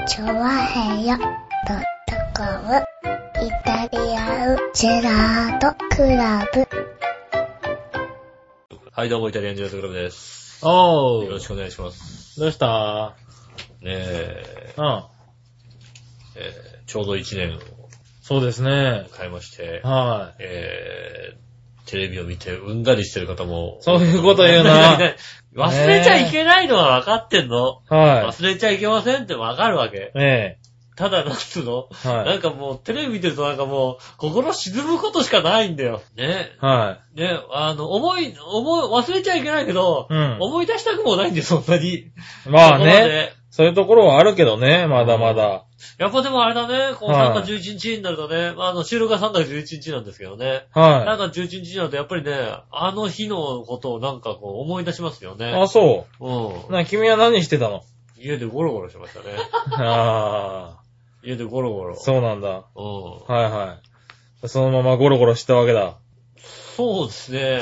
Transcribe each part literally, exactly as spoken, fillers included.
チョワヘヨドットコムイタリアンジェラートクラブ。 はい、どうもイタリアンジェラートクラブです。 おー。 よろしくお願いします。 どうしたねえ。 うん。 えー、ちょうどいちねんをそうですね。 迎えまして、 はい。 えー、テレビを見てうんざりしてる方も。 そういうこと言うな。 忘れちゃいけないのは分かってんの。 はい。 忘れちゃいけませんって分かるわけ。 ええ。 ただ、なんつうの、 はい。 なんかもう、テレビ見てるとなんかもう、心沈むことしかないんだよ。ね。 はね、あの、思い、思い、忘れちゃいけないけど、 うん。 思い出したくもないんだよ、そんなに。 まあね。そういうところはあるけどね、まだまだ。 やっぱでもあれだね、こうはいさんがつじゅういちにちになるとね、まあ、あの、収録がさんがつじゅういちにちなんですけどね。 はい。 さんがつじゅういちにちになるとやっぱりね、あの日のことをなんかこう思い出しますよね。 あ、そう。 う。な、君は何してたの？ 家でゴロゴロしてましたね。 あ家でゴロゴロ。 あ。そうなんだ。 うん。 はいはい。そのままゴロゴロしたわけだ。 そうですね。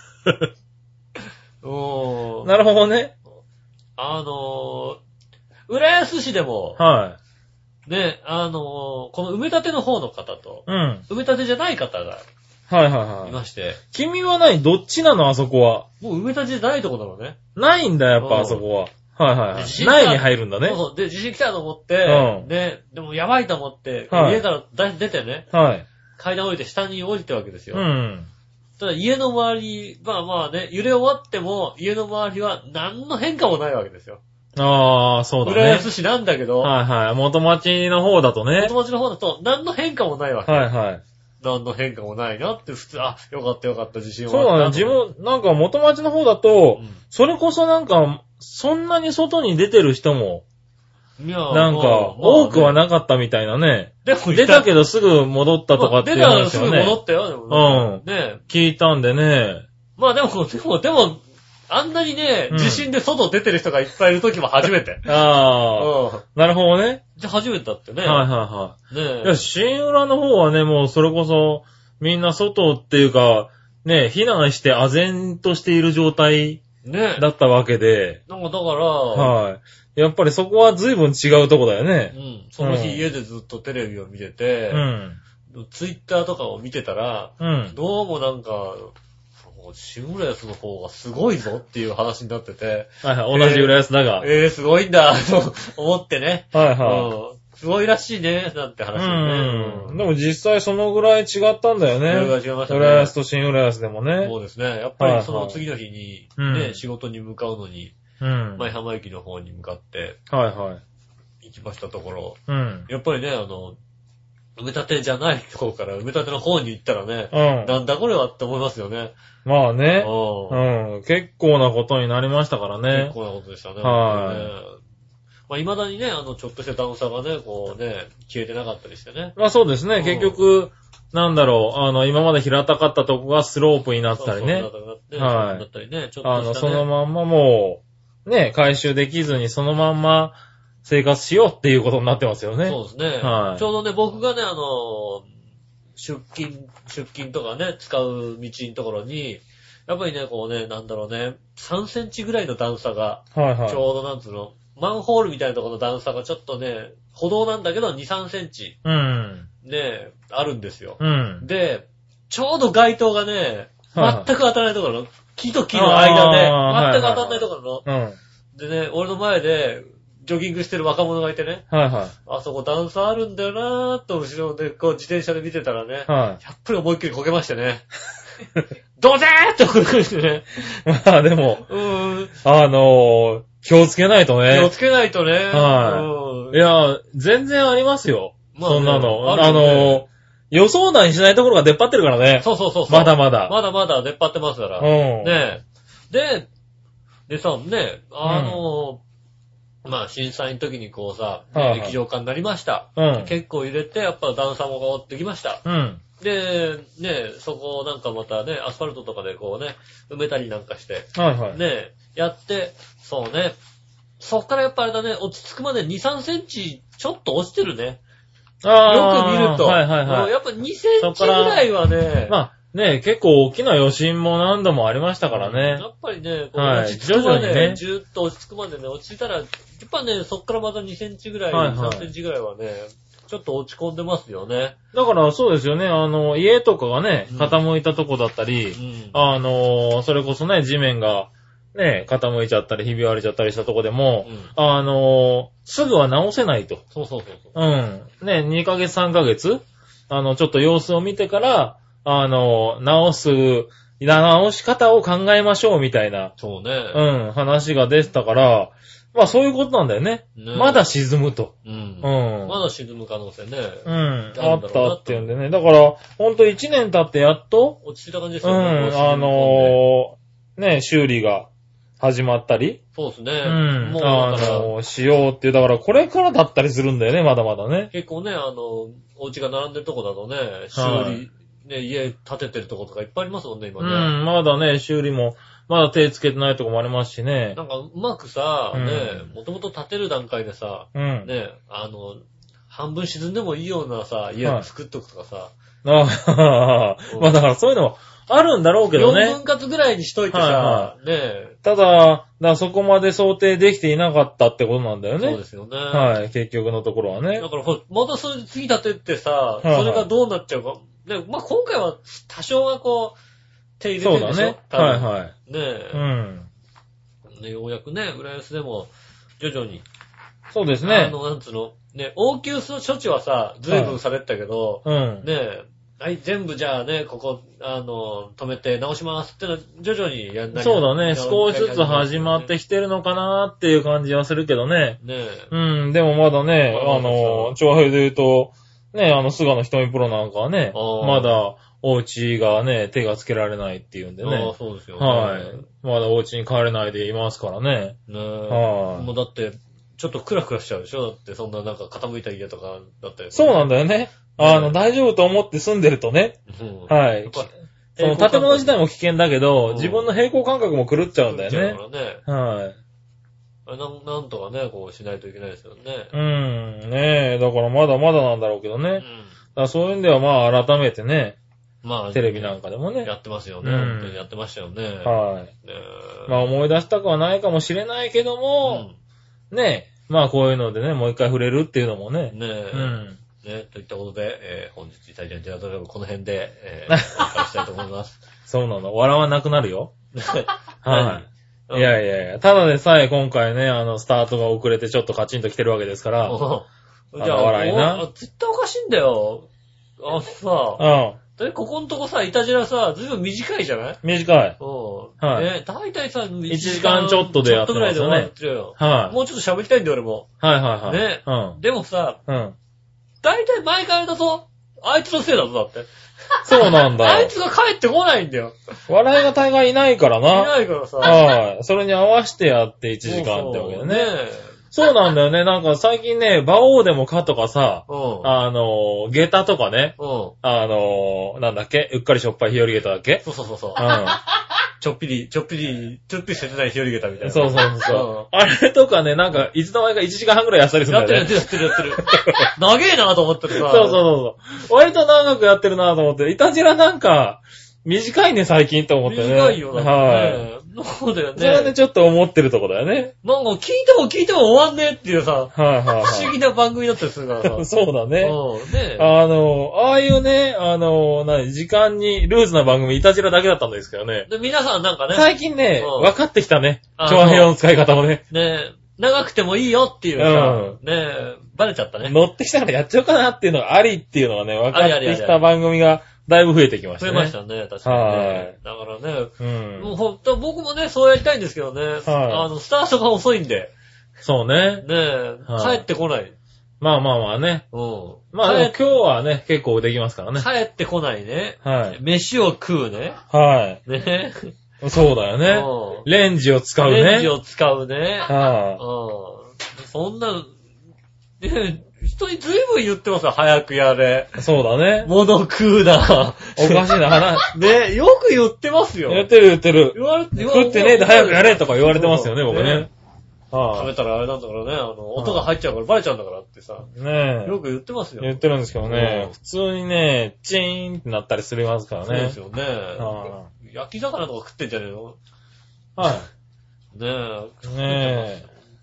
うん。 なるほどね。 あの、浦安市でも、 はね、あの、この埋め立ての方の方と、 い。うん。 埋め立てじゃない方がはいはいはいい。 まして、 君は何？どっちなのあそこは。 もう埋め立てじゃないとこなのね。 ないんだ、やっうんぱあそこは。はいはいはい。 地震がないに入るんだね。 そうそう。で、地震来たと思って、 うんね、でもやばいと思って、 はい家からだ出てね、 はい。 階段降りて下に降りてるわけですよ。 うん。 ただ家の周り、まあまあね、揺れ終わっても、家の周りは何の変化もないわけですよ。 ああ、そうだね。 浦安市なんだけど、 はいはい。元町の方だとね。 元町の方だと何の変化もないわけ。 はいはい。 何の変化もないなって普通、あ、よかったよかった、地震そう終わった。 だね。自分、なんか元町の方だと、 うんそれこそなんか、そんなに外に出てる人も、 いやなんか、多くはなかったみたいなね。 でも出たけどすぐ戻ったとかっていう出たらすぐ話をね、 戻ったよ、でもね。 うんね聞いたんでね。 まあでも、でも、でも、あんなにねう、ん地震で外出てる人がいっぱいいるときも初めて。 ああ、 うん。 なるほどね。 じゃあ初めてだってね。 はいはいはい。 ねえ。 いや、新浦の方はね、もうそれこそ、みんな外っていうか、ね、避難して唖然としている状態ねえ。 だったわけで、 なんかだから、 はい。やっぱりそこは随分違うとこだようね。 ん。その日うん家でずっとテレビを見ててう、ん。 ツイッターとかを見てたら、 うん。 どうもなんか、シングラスの方がすごいぞっていう話になってて、 はいはい。同じ浦安だが。 えー、すごいんだ、と思ってね。 はいはうん。すごいらしいね、なんてい。 話うん。 をね。 でも実際そのぐらい違ったんだよそれがね。 違いましたね。 浦安と新浦安でもね。 そうですね。やっぱりその次の日に、 はいはいね、 うん仕事に向かうのに、 うん。 前浜駅の方に向かってはいはい。 行きましたところ、 うん。 やっぱりね、あの、埋め立てじゃない方から埋め立ての方に行ったらね、 うん。 なんだこれはって思いますよね。 まあね。 うんうん。結構なことになりましたからね結。構なことでしたね。 はい本当にねまあ、未だにね、あの、ちょっとした段差がね、こうね、消えてなかったりしてね。 まあそうですね。 うん結局、なんだろう、あの、今まで平たかったとこがスロープになってたりね。 そうそうなってねはいなったりね、ちょっとした、ね。 あの、そのまんまもう、ね、回収できずにそのまんま生活しようっていうことになってますよね。 そうですね。 はいちょうどね、僕がね、あの、出勤、出勤とかね、使う道のところに、やっぱりね、こうね、なんだろうね、さんセンチぐらいの段差が、 はいはい。 ちょうどなんつうの、マンホールみたいなところの段差がちょっとね、歩道なんだけどに、さんセンチうん。 ね、あるんですよ。 うん。 で、ちょうど街灯がね、 はいはい全く当たらないところの、木と木の間で、 あー全く当たらないところの、 うん。 でね、俺の前で、ジョギングしてる若者がいてね、 はいはあそこ段差あるんだよなーっと後ろでこう自転車で見てたらね、 い。はやっぱり思いっきりこけましてね。ドゼーってこけてね。 い。まあでも、 うーん。 あのー、気をつけないとね。 気をつけないとね。 はい。 うんいや、全然ありますよ。 まあねそんなの。ああるよねのー、予想だにしないところが出っ張ってるからね。 そうそうそうそう。 まだまだ。 まだまだ出っ張ってますから。 うん。 ねえ。で、でさ、ね、あの、まあ震災の時にこうさ、 はいはい液状化になりました。 うん結構入れて、やっぱ段差も変わってきました。 うん。 で、ね、そこをなんかまたね、アスファルトとかでこうね、埋めたりなんかして、 はいはい。 ね、やって、そうね、そっからやっぱあれだね、落ち着くまでに、さんセンチちょっと落ちてるね。 あよく見ると。 はいはいはい。 もうやっぱにセンチぐらいはね、 まあね、結構大きな余震も何度もありましたからねや。っぱりね、こうはい落ち着くまで、 徐々にねじゅーっと落ち着くまでね、落ち着いたらやっぱね、そっからまたにセンチぐらい、 はいはいさんセンチぐらいはね、ちょっと落ち込んでますよね。 だからそうですよね、あの、家とかがね、 うん傾いたとこだったり、 うん。 あの、それこそね、地面が、ね、傾いちゃったり、ひび割れちゃったりしたとこでも、 うんあの、すぐは直せないと。 そうそうそうそう。 うん。ね、にかげつさんかげつ、あの、ちょっと様子を見てから、あの、直す、直し方を考えましょうみたいな、 そうね。 うん、話が出てたから、まあそういうことなんだよね。 ねまだ沈むと。 うん。 うん。 まだ沈む可能性ね。 うん。 なんだろうなあったっていうんでね。だから、ほんといちねん経ってやっと、 落ち着いた感じですうん、 よね。 あのー、ね、修理が始まったり、 そうですね。 うん、 もうあだから、 のー、しようっていう、だからこれからだったりするんだよね、まだまだね。 結構ね、あの、お家が並んでるとこだとね、修理、ね、家建ててるとことかいっぱいありますもんね、今うね。 ん、まだね、修理も、まだ手つけてないとこもありますしね。 なんかうまくさ、 うんね、もともと建てる段階でさ、 うん。 ね、あの、半分沈んでもいいようなさ、家を作っとくとかさ、 ああ、まあだからそういうのもあるんだろうけどよんぶね。 ん割ぐらいにしといてさ、 はね、 ただ、だからそこまで想定できていなかったってことなんだよね。 そうですよね。 はい、結局のところはねだ。からこれ、またそれで次建てってさ、 いはいそれがどうなっちゃうか。ね、まあ、今回は多少はこう、手入れてるでしょ。 そうだね。 多分はいはい。 ねえ、 うん。 ね、ようやくね、浦安でも、徐々に、 そうですねあ。の、なんつうの、ね、応急処置はさ、随分されてたけど、 うん。 ねえ、はい、全部じゃあね、ここ、あの、止めて直しますってのは徐々にやんないそうだね。少しずつ始まってききてるのかなっていう感じはするけどね。 ねえ、 うん、でもまだね、 まだあの、長編で言うと、ね、あの、菅野瞳プロなんかはね、 あーまだお家がね、手がつけられないっていうんでああね。 そうですよね。 はい。まだお家に帰れないでいますからね。 ねえ、 はいもうだって、ちょっとクラクラしちゃうでしょだってそんななんか傾いた家とかだったりそうなんだ。 だよね。あの、大丈夫と思って住んでるとね。 うんはいやっぱその建物自体も危険だけうど、 ん自分の平行感覚も狂っちゃうんだよね。 狂っちゃうからね。 はい。 あれなんなんとかね、こうしないといけないですよね。 うん、ねえ、だからまだまだなんだろうけどね。だうん。 からそういうんではまあ改めてね、 まあ、 テレビなんかでもね。 やってますよね。 うん本当にやってましたよね。 はい。 ねえまあ思い出したくはないかもしれないけども、ねえ、まあこういうのでね、もう一回触れるっていうのもねう。ん。ねえ。 うん。 ねといったことで、えー本日イタリアンジェラートクラブこの辺で、えー、お別れしたいと思います。 そうなの。笑わなくなるよ。は何い。いやいやいや、ただでさえ今回ね、あの、スタートが遅れてちょっとカチンと来てるわけですから。 うんあの笑いなお絶対おかしいんだよ。あのさ、 うん。 で、ここのとこさ、イタジラさ、ずいぶん短いじゃない短い。 うん。 はいね、だいたいさ、いちじかんちょっとでやってますよねちょっとぐらいで終わってるよ。 はい。 もうちょっと喋りたいんだよ、俺も。 はいはいはい。 ねうん。 でもさ、 うん。 だいたい毎回だぞ。あいつのせいだぞ、だって。 そうなんだ。 あいつが帰ってこないんだよ。 笑いが大概いないからいな。 ないからさ。 はい。それに合わせてやっていちじかんってわけだね。そうなんだよね。なんか最近ね、馬王でもかとかさ、 そう。うん。 あの、下駄とかね、 うん。 あの、なんだっけ、うっかりしょっぱい日和下駄だっけそうそうそうそう。 うちょっぴり、ちょっぴり、ちょっぴり切ない日和げたみたいん。 な。 そうそうそう。あれとかね、なんか、いつの間にかいちじかんはんくらいやったりするやってるんだよね。 やってるやってるやってる。長えなと思ってさ。 そうそうそうそう。割と長くやってるなと思って、いたじらなんか、短いね、最近と思ってね。 短いよな。 はい。 そうだよそれはね、 ね。 ちょっと思ってるとこだよね。 なんか聞いても聞いても終わんねえっていうさ、 はいはいはい。 不思議な番組だったりするからさ。 そうだね。 うん。ねあの、ああいうね、あの、なに、時間にルーズな番組、いたじらだけだったんですけどね。 で、皆さんなんかね、 最近ね、 うん分かってきたね。 あ調和平和の使い方もね。 ね長くてもいいよっていうさ、 うねバレちゃったね。 乗ってきたからやっちゃおうかなっていうのがありっていうのがね、分かってありありありきた番組がだいぶ増えてきましたね。 増えましたね、確かにはね。だからね、 うん。 もうほんと、僕もね、そうやりたいんですけどね、あの、スタートが遅いんで、 そうね。 ねはい帰ってこない。 まあまあまあね。 うん。 まあでも帰今日はね、結構できますからね。 帰ってこないね。 はい。 飯を食うね。 はね。 い。そうだよね。 うんレンジを使うね。 レンジを使うね。 はうん。そんな、ね、人にずいぶん言ってますよ。早くやれ。 い。そうだね。 物食うな。 おかしいな話。 ね、よく言ってますよ。 言ってる言ってる。 言われて、 食ってねえで早くやれとか言われてますよね、僕ね。 食べはたらあれなんだからね、あの、音が入っちゃうからバレちゃうんだからってさ。 い。ねえ。 よく言ってますよ。 言ってるんですけどねうん、 普通にね、チーンってなったりするますからねそうです。よね。 は焼き魚とか食ってんじゃねえのい。はねえ。 い。ねえ。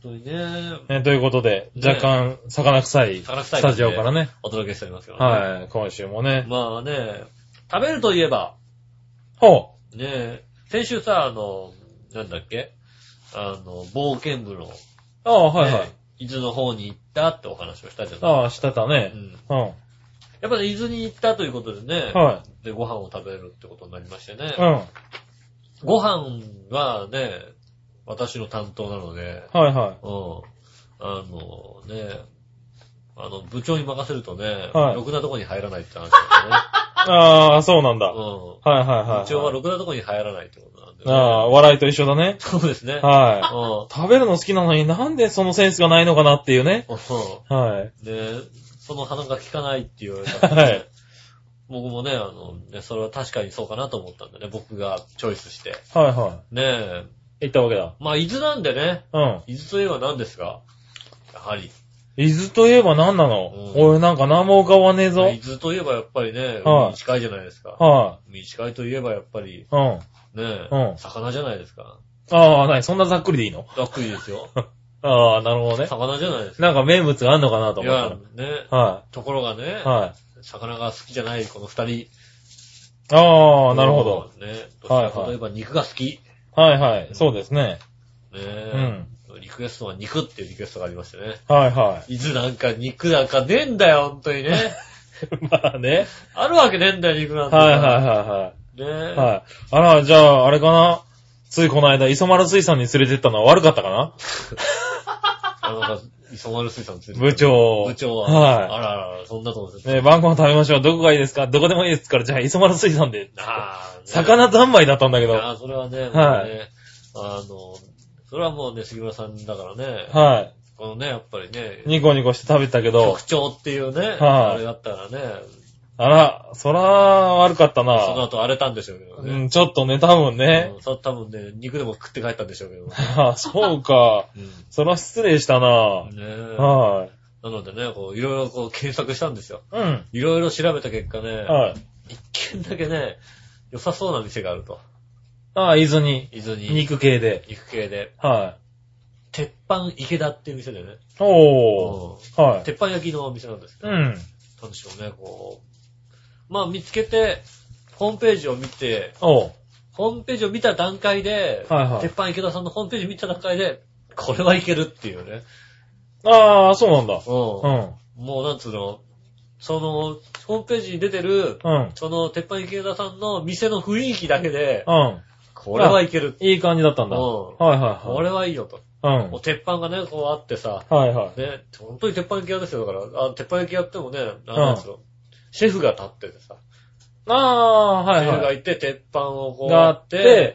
当にね。 ね、ということで、若干、魚臭い魚臭いスタジオからね。 お届けしておりますからね。 はい、今週もね。 まあね、食べるといえば、 ほねえ、先週さ、あの、なんだっけあの、冒険部の、 ああ、はいはい。 ね、伊豆の方に行ったってお話をしたじゃない。 ああ、してたね。 うん。 うん。 やっぱり伊豆に行ったということでね、 はで、ご飯を食べるってことになりましてね。 い。うん。 ご飯はね、私の担当なので、 はいはい。 うん。あのね、あの、部長に任せるとね、 はいろくなとこに入らないって話なんだよね。 ああ、そうなんだ。 うん。 はいはいはい。 部長はろくなとこに入らないってことなんで、ね。 ああ、笑いと一緒だね。 そうですね。 はい。食べるの好きなのになんでそのセンスがないのかなっていうね。 うん。 はい。 で、その鼻が効かないって言われたんで、 はい。 僕もね、あの、ね、それは確かにそうかなと思ったんでね、僕がチョイスして。 はいはねえ。 い。行ったわけだ。 まあ、伊豆なんでね、 うん。 伊豆といえば何ですかやはり。 伊豆といえば何なの、 うん、 俺なんか何も浮かばねえぞ。 伊豆といえばやっぱりね、 はい、 海近いじゃないですか。 はい、 海近いといえばやっぱり、 うん。 ねえ、 うん。 魚じゃないですか。 ああ、なに、そんなざっくりでいいの？ ざっくりですよ。 ああ、なるほどね。 魚じゃないですか。 なんか名物があんのかなと思ったら。 いや、ね。 はい。 ところがね、 はい。 魚が好きじゃないこの二人。 ああ、なるほど。 ね。どちらかといえば肉が好き。 はいはい。そうですね。 ねえ。うん。リクエストは肉っていうリクエストがありましてね。 はいはい。 伊豆なんか肉なんかねえんだよ、ほんとにね。 まあね。 あるわけねえんだよ、肉なんて。 はいはいはいはい。 ねえ。 はい。あら、じゃあ、あれかな。ついこの間、磯丸水産に連れてったのは悪かったかなあの、磯丸水産連れてった。 部長。 部長は。 はい。 あらあら、そんなとこですね。晩ご飯食べましょう。どこがいいですか？どこでもいいですから、じゃあ、磯丸水産で。 ああ、ね。 魚三昧だったんだけど。 ああ、それはね、もうね、 はい。 あの、それはもうね、杉村さんだからね。 はい。 このね、やっぱりね。 ニコニコして食べたけど。 特徴っていうね。はい。あれだったらね。 あら、そら、悪かったな。 その後荒れたんでしょうけどね。 うん、ちょっとね、多分ね。 うん、そ多分ね、肉でも食って帰ったんでしょうけどね。 ああ、そうか。うん。そら失礼したな。 ねえ。 はい。 なのでね、こう、いろいろこう検索したんですよ。 うん。 いろいろ調べた結果ね。 はい。 一軒だけね、良さそうな店があると。 ああ、伊豆に。 伊豆に。 肉系で。 肉系で。 はい。 鉄板池田っていう店でね。 おー。はい。 鉄板焼きのお店なんですけど。 うん。なんでしょうね、こう。まあ見つけて、ホームページを見て、 おう。 ホームページを見た段階で、 はいはい。 鉄板池田さんのホームページ見た段階で、これはいけるっていうね。 ああ、そうなんだ。うん。 うん。もうなんつうの、その、ホームページに出てる、 うん。 その、鉄板池田さんの店の雰囲気だけで、 うん。 これはいける。 いい感じだったんだ。うん。はいはいはい。 これはいいよと。 うん。 もう鉄板がね、こうあってさ、 はいはい。 ね、本当に鉄板焼き屋ですよ。だから、あ鉄板焼き屋ってもね、あの、うん、シェフが立っててさ。 ああ、はいはい。 シェフがいて、鉄板をこうあって、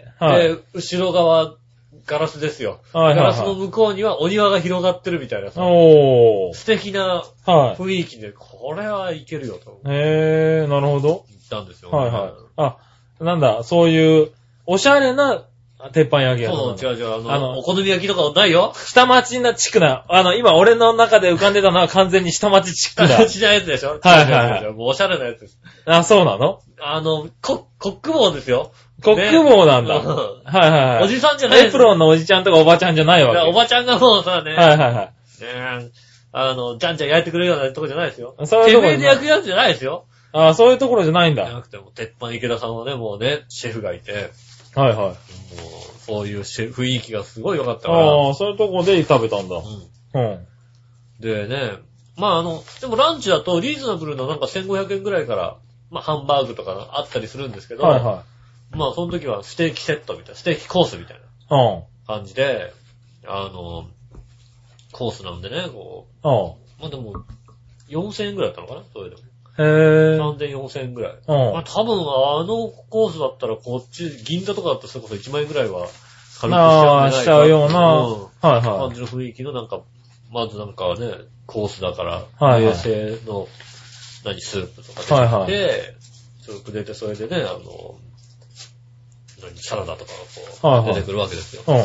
はい、で、後ろ側、ガラスですよ。はいはいはい。ガラスの向こうにはお庭が広がってるみたいなさ。おー。素敵な雰囲気で、これはいけるよと。 へー、なるほど。 言ったんですよ、ね。 はいはい。あ、なんだ、そういう、おしゃれな、鉄板焼き屋。 そう、違う違う。あの、あのお好み焼きとかないよ。 下町なチックな。あの、今俺の中で浮かんでたのは完全に下町チックな。 下町なやつでしょ。 はいはいはい。 もうおしゃれなやつです。 あ、そうなの？ あの、コック帽ですよ。 コック帽なんだ。ね、はいはいはい。 おじさんじゃないです。 エプロンのおじちゃんとかおばちゃんじゃないわけ。 おばちゃんがもうさね。 はいはいはい。ねあの、じゃんじゃん焼いてくれるようなとこじゃないですよ。 そういうところ。 てめえで焼くやつじゃないですよ。 ああ、そういうところじゃないんだ。 じゃなくても、鉄板池田さんはね、もうね、シェフがいて。 はいはい。 もう、そういう雰囲気がすごい良かったから。 ああ、そういうとこで食べたんだ。うん。うん。 でね、まああの、でもランチだとリーズナブルななんかせんごひゃくえんぐらいから、まあハンバーグとかあったりするんですけど。はいはい。まあその時はステーキセットみたいな、ステーキコースみたいな感じで、あの、コースなんでね、こう。ああ。まあでも、よんせんえんぐらいだったのかなそれでも。へぇー。さんぜんよんせんえんぐらい。うん。まあ多分あのコースだったらこっち、銀座とかだったらそれこそいちまんえんぐらいは軽くしちゃうんじゃないかしちゃうような、はいはい。感じの雰囲気のなんか、まずなんかね、コースだから、はいはい。冷製の、何、スープとか出て、はいはい、スープ出て、それでね、あの、何、サラダとかがこう、はいはい、出てくるわけですよ。うん。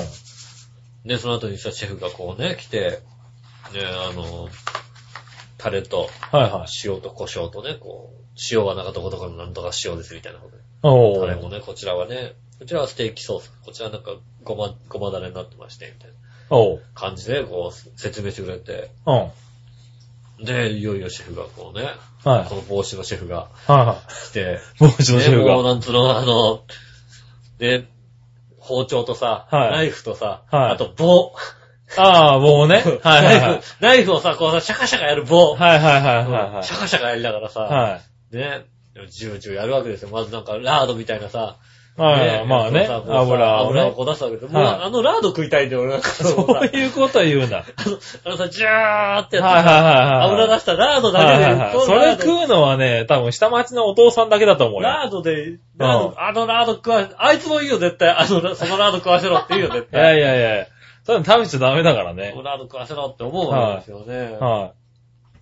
で、その後にさ、シェフがこうね、来て、ね、あの、タレと、はいはい、塩と胡椒とね、こう、塩はなんかどこどこのなんとか塩ですみたいなことで。おタレもね、こちらはね、こちらはステーキソース。こちらはなんかごま、ごまだれになってまして、みたいな。 感じで、こう、説明してくれて。 うん。 で、いよいよシェフがこうね、 はい。 この帽子のシェフが、 はい。 来て、 帽子のシェフが。 もうなんつうの、あの、で、包丁とさ、 はい、 ナイフとさ、 はい、 あと棒。 ああ、棒ね。はいはい、はい。 ナイフをさ、こうさ、シャカシャカやる棒。 はいはいはいはい、はい。 シャカシャカやりながらさ、はい。ね、ジュージューやるわけですよ。まずなんか、ラードみたいなさ、 はい、ね、まあね、油を、ね、 油をこう出すわけで、もう、はい、あのラード食いたいんだよ、俺なんか。 そういうこと言うんだ。 あの、あのさ、ジューってやってさ、 はいはいはいはい、 油出したラードだけで、はいはいはい、 それ食うのはね、多分下町のお父さんだけだと思うよ。 ラードで、ラード、うん、あのラード食わ、あいつもいいよ、絶対。あの、そのラード食わせろっていいよ、絶対。 いやいやいや。そういうの食べちゃダメだからね。 ラード食わせろって思うわけですよね。 はい。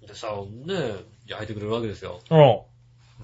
でさ、ね、焼いてくれるわけですよ。 うん。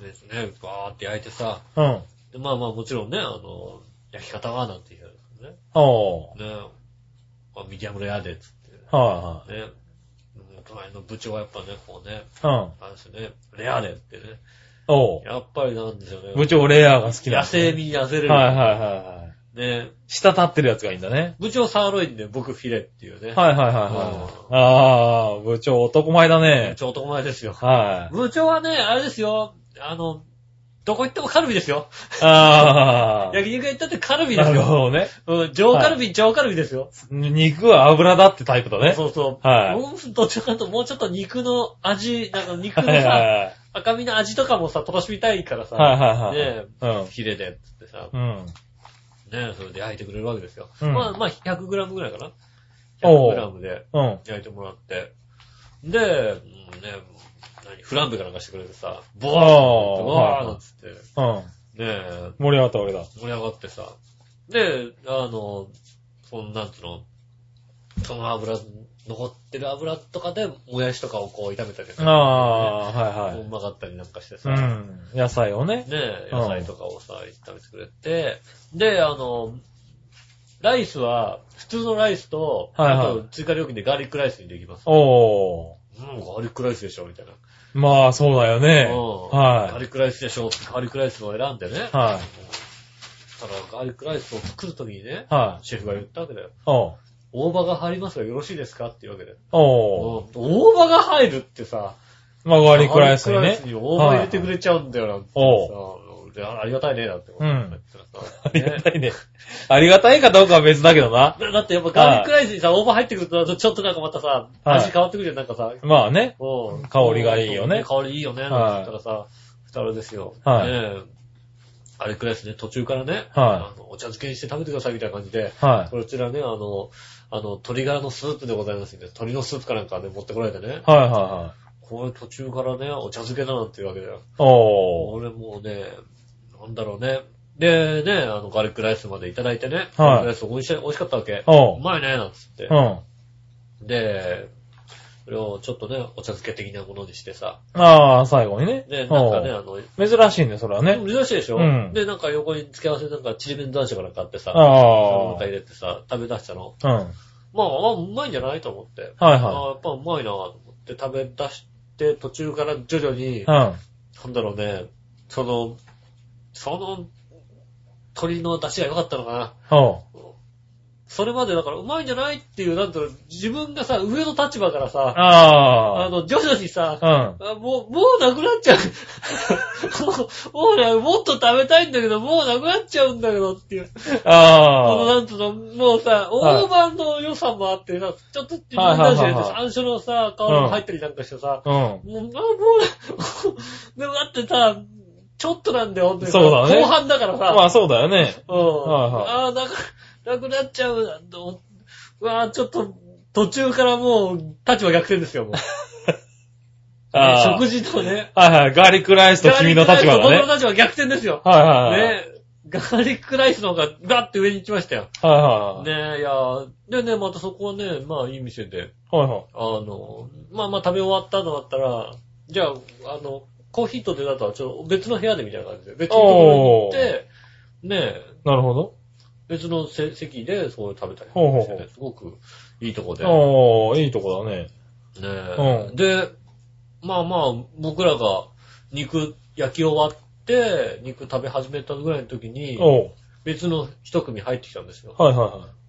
ですね、バーって焼いてさ。 うん。 でまあまあもちろんね、あの、焼き方はなんて言うんですね。 おー。 ね、まあ、ミディアムレアで、つって。 はいはい。 ね。隣の部長はやっぱね、こうね。 うん。 あれですね、レアでってね。 おー。 やっぱりなんですよね。 部長レアが好きなんですね。 野生味に痩せれる。 はいはいはいはい。 ね。 下立ってるやつがいいんだね。 部長サーロインで僕フィレっていうね。 はいはいはいはい。ああ、部長男前だね。 部長男前ですよ。 はい。 部長はね、あれですよ。あの、どこ行ってもカルビですよ。 ああ。 焼肉屋行ったってカルビですよ。 なるほどね。 うん、上カルビ、はい、上カルビですよ。 肉は油だってタイプだね。 そうそう。 はい。 もう、どっちかともうちょっと肉の味、なんか肉のさ、はいはいはい、赤身の味とかもさ、楽しみたいからさ。 はいはいはい。 ねえ、 うん。 ヒレで、つってさ。 うん。 ねえ、それで焼いてくれるわけですよ。 うん、 まあ、まあ、ひゃくグラムぐらいかな。ひゃくグラムで、焼いてもらって。うん、で、ね何、フランベかなんかしてくれてさ、ボワーンボワーンなんつって。 うん。 ねえ。 盛り上がったわけだ。 盛り上がってさ。で、あの、そんなんつうの、その油、残ってる油とかで、もやしとかをこう炒めたりとか、ね。 ああ、はいはい。 うまかったりなんかしてさ。 うん。野菜をね。 ねえ、野菜とかをさ、炒めてくれて、で、あの、ライスは、普通のライスと、はいはい、あと追加料金でガーリックライスにできます。 おー。うん、ガーリックライスでしょ、みたいな。 まあ、そうだよね。 うん。はい。ガーリックライスでしょ、ガーリックライスを選んでね。 はい。 ただ、ガーリックライスを作るときにね、 はい。 シェフが言ったわけだよ。 おう。 大葉が入りますがよろしいですかっていうわけで。 おー。 大葉が入るってさ、 まあガーリックライスにね。 ガーリックライスに大葉入れてくれちゃうんだよなんてさ、ありがたいね、なんて。 うん。ありがたいね。ありがたいかどうかは別だけどな。 だってやっぱガーリックライスにさ、大葉入ってくるとちょっとなんかまたさ、味変わってくるじゃん、なんかさ。 まあね。 うん。 香りがいいよね。 香りいいよね、なんて言ったらさ、ふたらですよ。はい。ねガーリックライスね、途中からね、はい。お茶漬けにして食べてくださいみたいな感じで、はい。こちらね、あの、あの、鶏ガラのスープでございますんで、鶏のスープかなんかね、持ってこられてね。 はいはいはい。 これ途中からね、お茶漬けだなんていうわけだよ。 おー。 俺もうね、なんだろうね。で、ね、あの、ガーリックライスまでいただいてね。はい。ガーリックライス美味しい、美味しかったわけ。 おー。 うまいね、なんつって。 うん。 で、それをちょっとね、お茶漬け的なものにしてさ。 ああ、最後にね。 で、なんかね、あの、 珍しいね、それはね。 珍しいでしょ、 うん、 で、なんか横に付け合わせなんか、ちりめん男子から買ってさ、 ああ。 なんか入れてさ、食べ出したの。 うん。 まあ、まあ、うまいんじゃないと思って。 はいはい。 ああ、やっぱうまいなと思って食べ出して、途中から徐々に、 うん。 なんだろうね、その、その、鶏の出汁が良かったのかな。 うん。 それまでだからうまいんじゃないっていう、なんだろう、自分がさ、上の立場からさ、 ああ。 あの、徐々にさ、 うん。 もう、もうなくなっちゃう。もうね、もっと食べたいんだけど、もうなくなっちゃうんだけどっていう。 ああ。 このなんつうの、もうさ、大判の良さもあってさ、ちょっと自分たちで山椒のさ、香りも入ったりなんかしてさ、 うん。もう、 あ、もう、でもだってさ、ちょっとなんだよ、本当に。 そうだね。 後半だからさ。 まあそうだよね。 うん。はいはい。ああ、なく、なくなっちゃうな、と。うわぁ、ちょっと、途中からもう、立場逆転ですよ、もう。あ食事とね。 はいはい。ガーリックライスと君の立場がね。 僕の立場逆転ですよ。 はいはいはい。 ね。ガーリックライスの方がガッて上に行きましたよ。 はいはい。 ねえ、いやーでね、またそこはね、まあいい店で。 はいはい。 あの、まあまあ食べ終わったのだったら、じゃあ、あの、コーヒーと出たとはちょっと別の部屋でみたいな感じで。別のところに行って、ねえ。 なるほど。 別の席でそう食べたりして、ね。 ほうほうほう。 すごくいいとこで。 ああ、いいとこだね。 ねえ。うん。で、まあまあ、僕らが肉焼き終わって、肉食べ始めたぐらいの時に、別の一組入ってきたんですよ。 はいはいは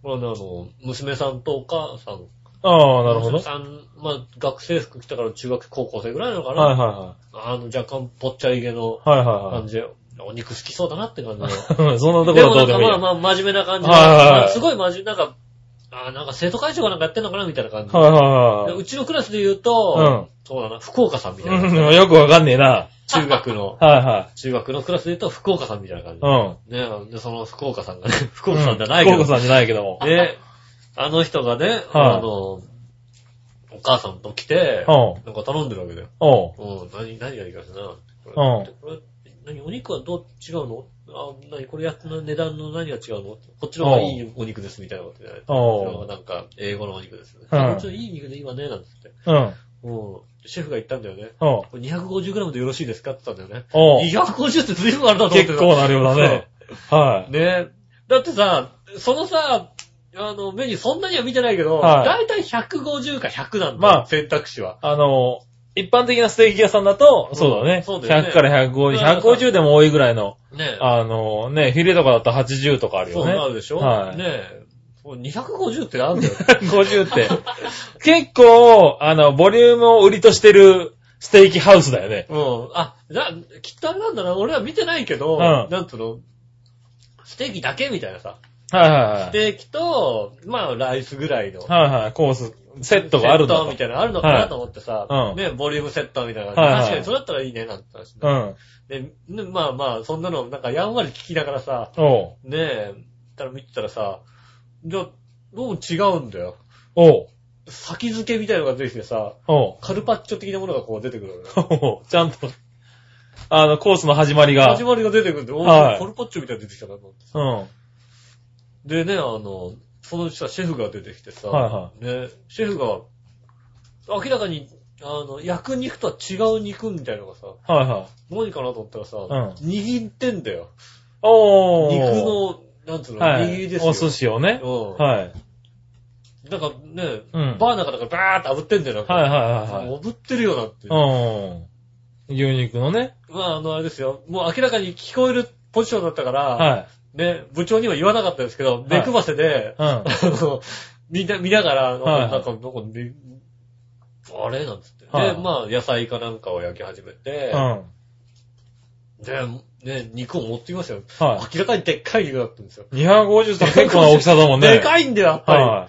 これね、あの、娘さんとお母さん。 ああ、なるほど。 娘さん、まあ、学生服着たから中学高校生ぐらいなのかな。 はいはいはい。 あの、若干ぽっちゃりげの感じで、はいはいはい、お肉好きそうだなって感じの。 そんなところはどうでもいい。 まあまあ、真面目な感じで、 はいはいはい、 まあ、すごい真面目、なんか、あなんか生徒会長がなんかやってんのかなみたいな感じ。 はいはいはい。 うちのクラスで言うと、うん、そうだな、福岡さんみたいな、 うん。よくわかんねえな。 中学の。 はいはい。 中学のクラスで言うと福岡さんみたいな感じ。 うん。 ねで、その福岡さんがね、福岡さんじゃないけど、 うん。福岡さんじゃないけども。 で、あの人がね、はい、あの、お母さんと来て、うん。なんか頼んでるわけだよ。うん。うん。何、何がいいかしな。うん。これ、何、お肉はどう違うのあ、何これやった値段の何が違うのこっちの方がいいお肉ですみたいなこと言われて。こちらはなんか、英語のお肉ですよね。こっちのいい肉でいいわね、なんつって。うん。うん。シェフが言ったんだよね。うん。これ にひゃくごじゅうグラム でよろしいですかって言ったんだよね。うん。にひゃくごじゅうって随分あれだと思って。 結構な量だね。はい。 ねだってさ、そのさ、あの、メニューそんなには見てないけど、はい、だいたいひゃくごじゅうかひゃくなんだよ、まあ、選択肢は。 あの、一般的なステーキ屋さんだと、うん、そうだね。そうだよね。ひゃくからひゃくごじゅう、ひゃくごじゅうでも多いぐらいの。ねあの、ねフィレとかだったらはちじゅうとかあるよね。 そうなるでしょはい。ねえ。にひゃくごじゅうってなんだよ。 にひゃくごじゅうって。結構、あの、ボリュームを売りとしてるステーキハウスだよね。 うん。あ、じゃあ、きっとあれなんだな。俺は見てないけど、うん、なんつうの、ステーキだけみたいなさ。 はいはいはい。 ステーキと、まあ、ライスぐらいの。 はいはい。コース、セットがあるんだと。 セットみたいなのあるのかなと思ってさ、はい、ね、ボリュームセットみたいな感じ、はいはい。確かにそれだったらいいね、なんて話、ね。うん。で、まあまあ、そんなの、なんかやんわり聞きながらさ、おうねえ、たら見てたらさ、じゃあ、どうも違うんだよ。おう先付けみたいなのが出てきてさ、おうカルパッチョ的なものがこう出てくるわけおうちゃんと、あの、コースの始まりが。 始まりが出てくるんで、おう、はい、カルパッチョみたいなの出てきたなと思ってさ。うん。でね、あの、そのうちさ、シェフが出てきてさ、はいはい、ね、シェフが、明らかに、あの、焼く肉とは違う肉みたいなのがさ、はいはい。何かなと思ったらさ、うん、握ってんだよ。おー。肉の、なんつうの、はい、握りですよ。 お寿司をね。うん。はい。 なんかね、うん、バーなんかだからバーって炙ってんだよ。はいはいはいはい。炙ってるよなって。 うん。牛肉のね。 まあ、あの、あれですよ。もう明らかに聞こえるポジションだったから、はい。ね、部長には言わなかったですけど、目くばせで、うん、あの、みんな、見ながら、なんか、はい、なんか、なんか、あれなんつって。はい、で、まあ、野菜かなんかを焼き始めて、うん、で、ね、肉を持ってきましたよ。はい、明らかにでっかい肉だったんですよ。 にひゃくごじゅうさん結構な大きさだもんね。 でかいんだよ、やっぱり。はい、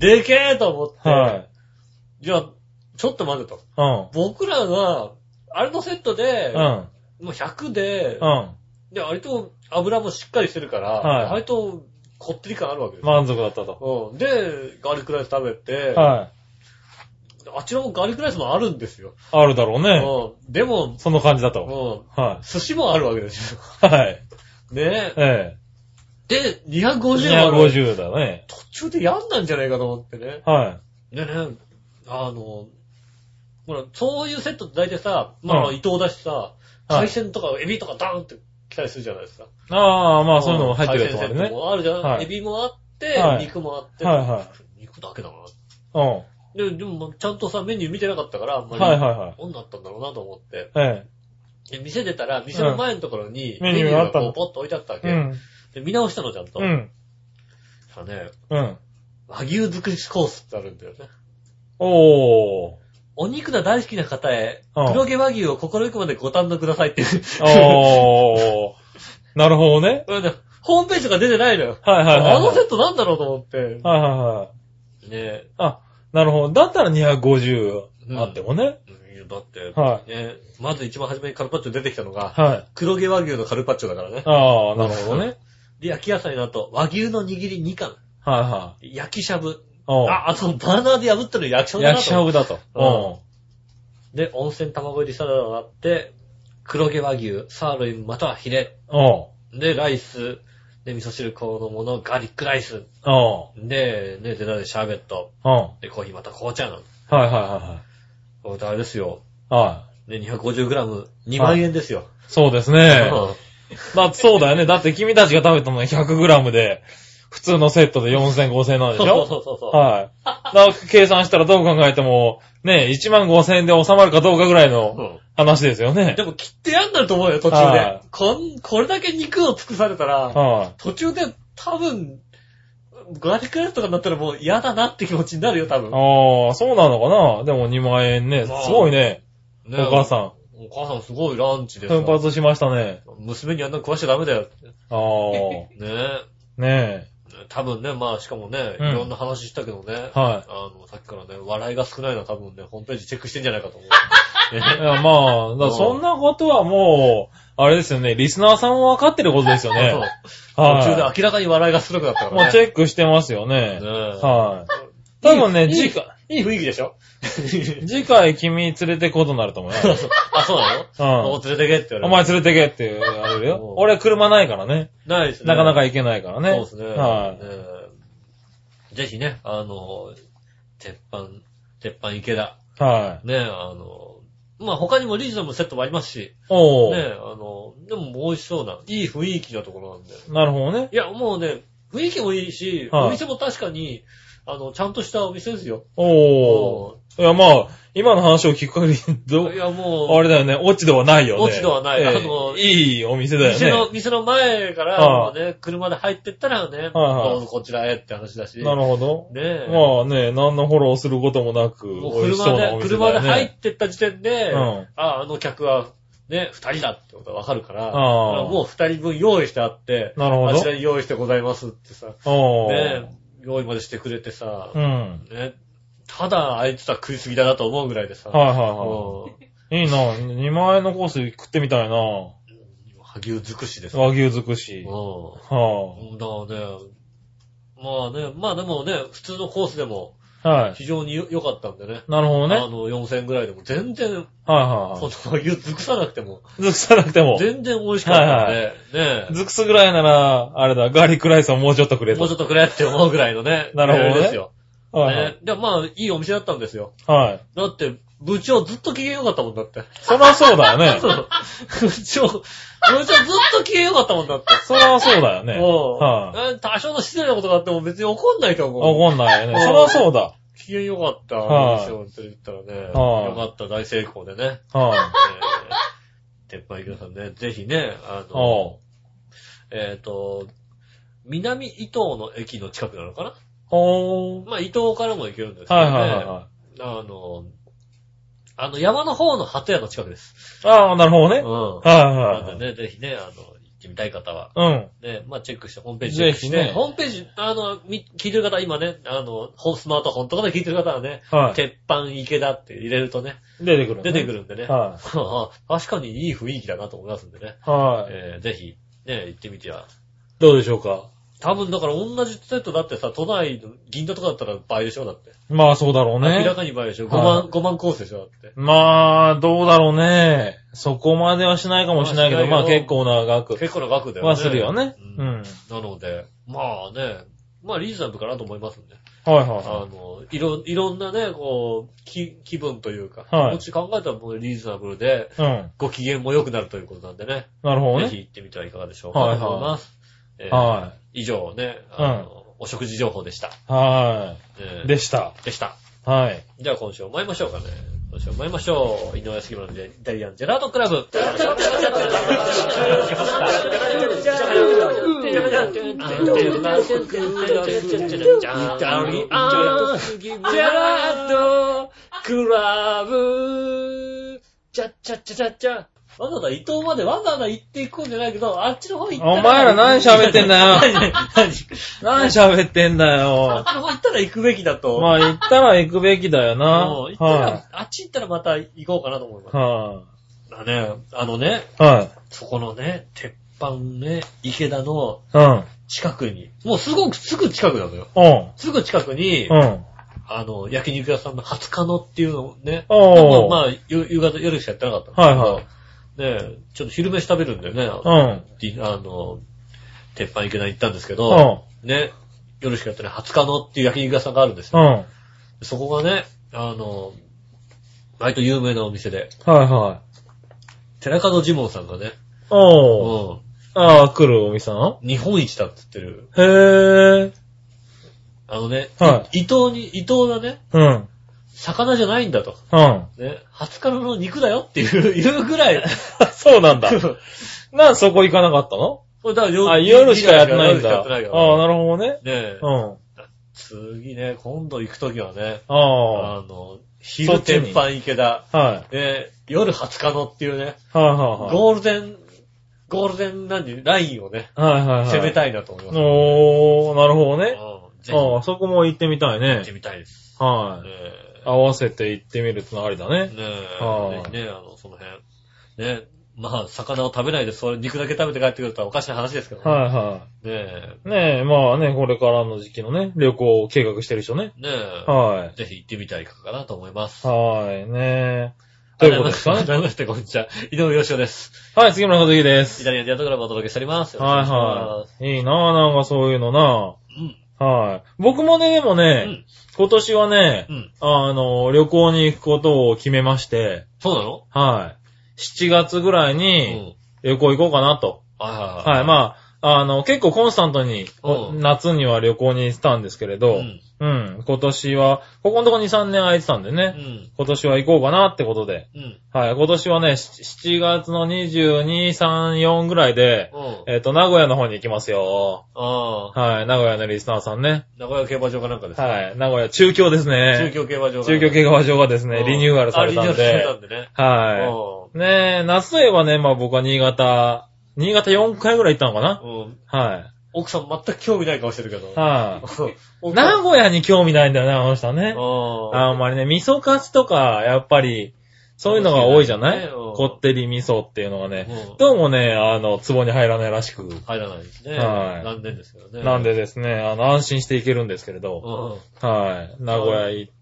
でけえと思って、はい、じゃあ、ちょっと待てと。うん、僕らが、あれのセットで、うん、もうひゃくで、うん、で、割と油もしっかりしてるから、はい、割とこってり感あるわけですよ。 満足だったと。 うん。で、ガーリックライス食べて、はい、あちらもガーリックライスもあるんですよ。 あるだろうね。 うん。でも、 その感じだと。 うん。はい。寿司もあるわけですよ。はい。ねえ。ええ。で、にひゃくごじゅうある。にひゃくごじゅうだね。 途中でやんなんじゃないかと思ってね。はい。でね、あの、ほら、そういうセットって大体さ、まあ、伊藤だしさ、海鮮とかエビとかダーンって来たりするじゃないですか。 ああ、まあそういうのも入ってるやつもあるね。 海鮮セットもあるじゃん。はい、エビもあって、はい、肉もあって、はいはい、肉だけだな。うん。で、でもちゃんとさ、メニュー見てなかったから、あんまり、はいはいはい。何だったんだろうなと思って。はい。で、店出たら、店の前のところに、メニューがこうポッと置いてあったわけ。うん。で、見直したのちゃんと。うん。さね、うん。和牛尽くしコースってあるんだよね。おー。お肉が大好きな方へ、黒毛和牛を心ゆくまでご堪能くださいっていう。 おー。なるほどね。 ホームページとか出てないのよ。はいはいはい。あのセットなんだろうと思って。はいはいはい。 ねえ。あ、なるほど。だったらにひゃくごじゅうあってもね。 うん、だって、はい。ね、まず一番初めにカルパッチョ出てきたのが、はい。黒毛和牛のカルパッチョだからね。 ああ、なるほどね。 で、焼き野菜の後、和牛の握りに貫。はいはい。焼きしゃぶ。あ、あと、バーナーで破ったの焼きしゃぶだと。 焼きしゃぶだと。 うん。で、温泉卵入りサラダがあって、黒毛和牛、サーロインまたはヒレ。で、ライス。で、味噌汁このもの、ガーリックライス。で、ね、デザートでシャーベット。で、コーヒーまた紅茶なの。はいはいはいはい。これあれですよ。はい。で、にひゃくごじゅうグラム、にまんえんですよ。 そうですね。まあ、そうだよね。だって君たちが食べたのはひゃくグラムで、普通のセットでよんせんごせんえんなんでしょ？ そうそうそうそう。 はい。だから計算したらどう考えても、ね、いちまんごせんえんで収まるかどうかぐらいの話ですよね。 でも切ってやんなると思うよ、途中で。こん、これだけ肉を尽くされたら、途中で多分、 ガーリックライスとかになったらもう嫌だなって気持ちになるよ、多分。 ああ、そうなのかな。でもにまんえんね。すごいね。ねお母さん。 お母さんすごいランチでさ。 奮発しましたね。 娘にあんな食わしちゃダメだよって。 ああ。 ねえ。 ねえ。 多分ね、まあしかもね、いろんな話したけどね。はい。あの、さっきからね、笑いが少ないのは多分ね、ホームページチェックしてんじゃないかと思う。 いや、まあ、だそんなことはもう、あれですよね、リスナーさんも分かってることですよね。そう。 途中で明らかに笑いが少なくなったからね。 もうチェックしてますよね。ねはい。多分ね、次回。 いい雰囲気でしょ次回君連れてくことになると思うよ。 あ、そうなのうん。お連れてけって言われる。 お前連れてけって言われるよ。俺車ないからね。 ないですね。 なかなか行けないからね。 そうですね。 はい。 ぜひね、あの、鉄板、鉄板池田。 はい。 ね、あの、まあ、他にもリーズナブルセットもありますし。 おー。 ね、あの、でも美味しそうな、いい雰囲気なところなんで。 なるほどね。 いや、もうね、雰囲気もいいし、はい、お店も確かに、あの、ちゃんとしたお店ですよ。 おー。いや、まあ、今の話を聞く限り、ど、 いや、もう、 あれだよね、オチではないよね。 オチではない。 えー、あの、いいお店だよね。 店の、店の前から、もうね、車で入ってったらね、 はいはい、 どうぞこちらへって話だし。 なるほど。 ねえ。 まあね、何のフォローすることもなく、 もう車で、ね、車で入ってった時点で、うん、あ、あの客は、ね、二人だってことがわかるから、あもう二人分用意してあって、 なるほど。 あちらに用意してございますってさ、ね、用意までしてくれてさ、 うん、 ね、ただあいつは食いすぎだなと思うぐらいでさ、 はいはいはい。いいな、にまんえんのコース食ってみたいな。 和牛尽くしです、 ね。和牛尽くし。 うん。はぁ、あ。だからね、まあね、まあでもね、普通のコースでも、はい。非常に良かったんでね。 なるほどね。 あの、よんせんえんぐらいでも全然、はいはいはい。 この和牛尽くさなくても。 尽くさなくても。 全然美味しかったんで、はいはい、ね。 尽くすぐらいなら、あれだ、ガーリックライスをもうちょっとくれと。 もうちょっとくれって思うぐらいのね。 なるほどね。 ですよ。 はい、はい。 ね。で、まあ、いいお店だったんですよ。 はい。 だって、部長ずっと機嫌良かったもんだって。 そりゃそうだよね。 そう。部長、部長ずっと機嫌良かったもんだって。 そりゃそうだよね。 はい。多少の失礼なことがあっても別に怒んないと思う。 怒んないよね。そりゃそうだ。 機嫌良かった。はい。店を連れて行ったらね。はい。良かった、大成功でね。はい。鉄板池田さんね、ぜひね、あの、えっと、南伊東の駅の近くなのかなほー。 まあ、伊東からも行けるんですけどね。はいはいはい。あの、あの、山の方の鳩屋の近くです。 ああ、なるほどね。 うん。 はいはい。 なんでね、ぜひね、あの、行ってみたい方は。 うん。 ね、まあ、チェックして、ホームページチェックして。ぜひね。ホームページ、あの、聞いてる方、今ね、あの、スマートフォンとかで聞いてる方はね、はい。鉄板池田って入れるとね。 出てくる、ね。 出てくるんでね。はい。確かにいい雰囲気だなと思いますんでね。はい。えー、ぜひ、ね、行ってみては。 どうでしょうか。 多分だから同じセットだってさ、都内の銀座とかだったら倍でしょだって。 まあそうだろうね。 明らかに倍でしょ。ごまん、ごまんコースでしょだって。 まあ、どうだろうね。そこまではしないかもしれないけど、まあ結構な額。 結構な額だよね。 はするよね。 うん。なので、まあね、まあリーズナブルかなと思いますんで。 はいはい。 あの、いろ、いろんなね、こう、気、気分というか、 はい。 気持ち考えたらもうリーズナブルで、うん。ご機嫌も良くなるということなんでね。 なるほどね。 ぜひ行ってみてはいかがでしょうか。はいと思います。えー、はい。以上ね、あの、うん、お食事情報でした。 はい、えー。でした。 でした。 はい。 じゃあ今週も参りましょうかね。今週も参りましょう。井上杉村のイタリアンジェラートクラブ。チャッチャッチャチャッチャ。わざわざ伊東までわざわざ行っていくんじゃないけど、あっちの方行ったら。 お前ら何喋ってんだよ。何何喋ってんだよ。 あっちの方行ったら行くべきだと。 まあ行ったら行くべきだよな。 行ったら、はい、あっち行ったらまた行こうかなと思います。 はい、 だね、あのね、 はい、 そこのね、鉄板ね、池田の近くに、 うん、 もうすごくすぐ近くなのよ。 うん、 すぐ近くに、 うん、 あの、焼肉屋さんの初カノっていうのをね、 おまあ、夕方、夜しかやってなかったんだけど、はいはい。 ねえ、ちょっと昼飯食べるんでね、 うん。 あの、鉄板池田行ったんですけど、うん。ね、夜しかやってない初カノっていう焼肉屋さんがあるんですよ。うん。そこがね、あの、割と有名なお店で。 はいはい。 寺門ジモンさんがね。 おー。うん。ああ、来るお店なの？ 日本一だって言ってる。 へー。 あのね、 はい。 伊東に、伊東だね。 うん。 魚じゃないんだと。 うん。 ね。初カノの肉だよっていう、言うぐらい。 そうなんだ。なんでそこ行かなかったの？ だから夜あ、夜しかやってないんだ。 夜しかやってないから、 ああ、なるほどね。 ねえ。 うん。 次ね、今度行くときはね、 ああ。 あの、昼天板池田。 はい。 で、夜はつかのっていうね。 はいはいはい。 ゴールデン、ゴールデン何ラインをね。 はいはいはい。 攻めたいなと思います、 ね。おー、なるほどね。 うん。 ああ、そこも行ってみたいね。 行ってみたいです。 はい。ね、合わせて行ってみるってのありだね。ねえ。はい。ねえ、あの、その辺。ねえ。まあ、魚を食べないで、それ肉だけ食べて帰ってくるとはおかしな話ですけどね。 はいはい。 ねえ。 ねえ、まあね、これからの時期のね、旅行を計画してる人ね。 ねえ。 はい。 ぜひ行ってみたいかなと思います。 はい、ねえ。ということですかね。 改めまして、こんにちは。井上義雄です。 はい、杉村和樹です。 イタリアンディアトグラムをお届けしております。 はいはい。いいなぁ、なんかそういうのなぁ。 うん。 はい。僕もね、でもね、うん、今年はね、うん、あの、旅行に行くことを決めまして。 そうなの？ はい。しちがつぐらいに旅行行こうかなと。 はいはいはい。 はい、まあ、あの、結構コンスタントに、夏には旅行に行ってたんですけれど、うん、うん、今年は、ここのとこに、さんねん空いてたんでね、うん、今年は行こうかなってことで、うん、はい、今年はね、しちがつのにじゅうに、さん、よんぐらいで、うん、えっと、名古屋の方に行きますよ。あはい、名古屋のリスナーさんね。 名古屋競馬場かなんかですか？ はい、名古屋、中京ですね。 中京競馬場。 中京競馬場がですね、リニューアルされたんで。リニューアルされたんでね。はい。ねえ、夏といえばね、まあ僕は新潟、新潟よんかいぐらい行ったのかな？うん。はい。 奥さん全く興味ない顔してるけど。 はい。名古屋に興味ないんだよね、あの人はね。あんまりね、味噌カツとか、やっぱり、そういうのが多いじゃない？こってり味噌っていうのがね。どうもね、あの、壺に入らないらしく。 入らないですね。はい。なんでですけどね。 なんでですね、あの、安心していけるんですけれど。はい。名古屋行って、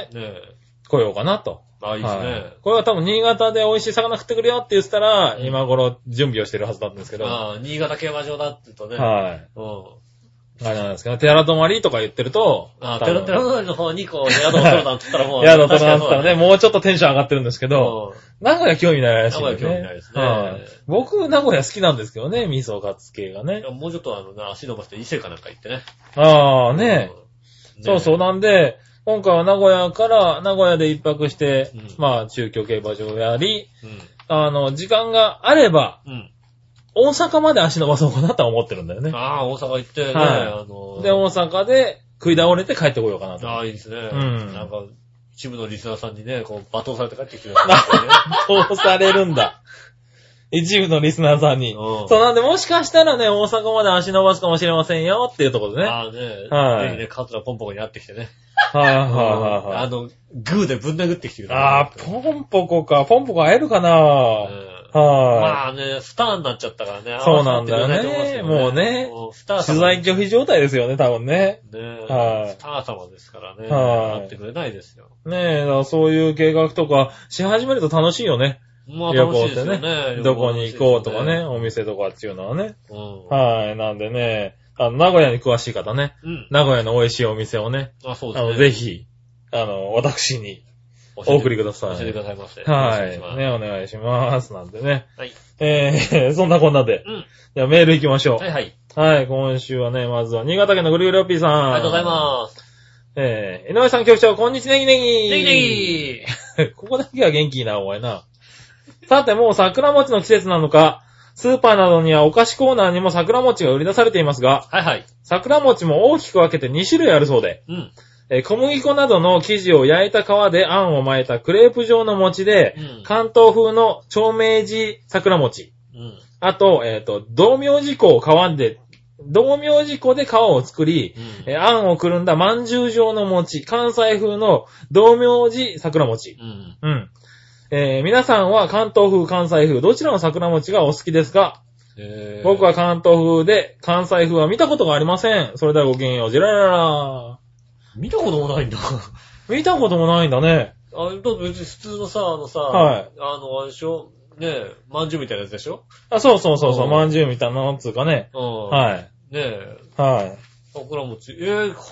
来ようかなと。 あ、いいですね、はい。 これは多分新潟で美味しい魚食ってくるよって言ってたら、うん、今頃準備をしてるはずだったんですけど。 ああ、新潟競馬場だって言うとね。 はい。うん。あれなんですけど、寺泊まりとか言ってると。 ああ、寺泊まりの方にこう、宿を取るなんて言ったらもう。 宿を取るなんて言ったらね、もうちょっとテンション上がってるんですけど、名古屋興味ないらしいですね。名古屋興味ないですね。 はい。僕、名古屋好きなんですけどね、味噌カツ系がね。 もうちょっとあの、足伸ばして伊勢かなんか行ってね。 ああ、ね、うん、そうそう、なんで、今回は名古屋から、名古屋で一泊して、うん、まあ、中京競馬場やり、うん、あの、時間があれば、うん、大阪まで足伸ばそうかなとは思ってるんだよね。 ああ、大阪行ってね、 はい、あのー、で、大阪で食い倒れて帰ってこようかなと。 ああ、いいですね。うん。なんか、一部のリスナーさんにね、こう、罵倒されて帰ってきてるんですよね。 罵倒されるんだ。一部のリスナーさんに。うん、そうなんで、もしかしたらね、大阪まで足伸ばすかもしれませんよっていうところでね。 ああね。はい。ぜひね、カツラポンポコに会ってきてね。 はいはいはいはい。 あの、グーでぶん殴ってきてくれ。 ああ、ポンポコか。ポンポコ会えるかな、うん、はい。 まあね、スターになっちゃったからね。 そうなんだよね。ねもうね。スター取材拒否状態ですよね、多分ね。 ねはい。スター様ですからね。はい。会ってくれないですよ。 ねえ、だからそういう計画とかし始めると楽しいよね。 まあ楽しいですよね。 どこに行こうとかね、お店とかっていうのはね。うん、はい。なんでね、あの、名古屋に詳しい方ね。うん。名古屋の美味しいお店をね。 あ、そうですね。 あの、ぜひ、あの、私にお送りください。 教えてくださいませ。 はい。ね、お願いします。なんでね。はい。えー、そんなこんなで。うん。じゃあメール行きましょう。 はいはい。 はい、今週はね、まずは新潟県のぐるぐるおっぴーさん。 ありがとうございます。 えー、井上さん局長、こんにちネギネギネギネギここだけは元気いいな、お前な。さて、もう桜餅の季節なのか、スーパーなどにはお菓子コーナーにも桜餅が売り出されていますが、 はいはい。 桜餅も大きく分けてに種類あるそうで、うん。えー、小麦粉などの生地を焼いた皮であんを巻いたクレープ状の餅で、うん、関東風の長明寺桜餅。うん。あと、えっ、ー、と、道明寺粉を皮で、道明寺粉で皮を作り、うん、えー、あんをくるんだ饅頭状の餅、関西風の道明寺桜餅。うん。うん。えー、皆さんは関東風、関西風、どちらの桜餅がお好きですか？えー、僕は関東風で、関西風は見たことがありません。それではごきげんよう、ジェラララ。 見たこともないんだ。 見たこともないんだね。 あ、だって別に普通のさ、あのさ、 はい。 あの、あれでしょねえ、まんじゅうみたいなやつでしょ？ あ、そうそうそうそう、まんじゅうみたいなのつうかね。 うん。 はい。 ねえ。 はい。 桜餅。えー、か、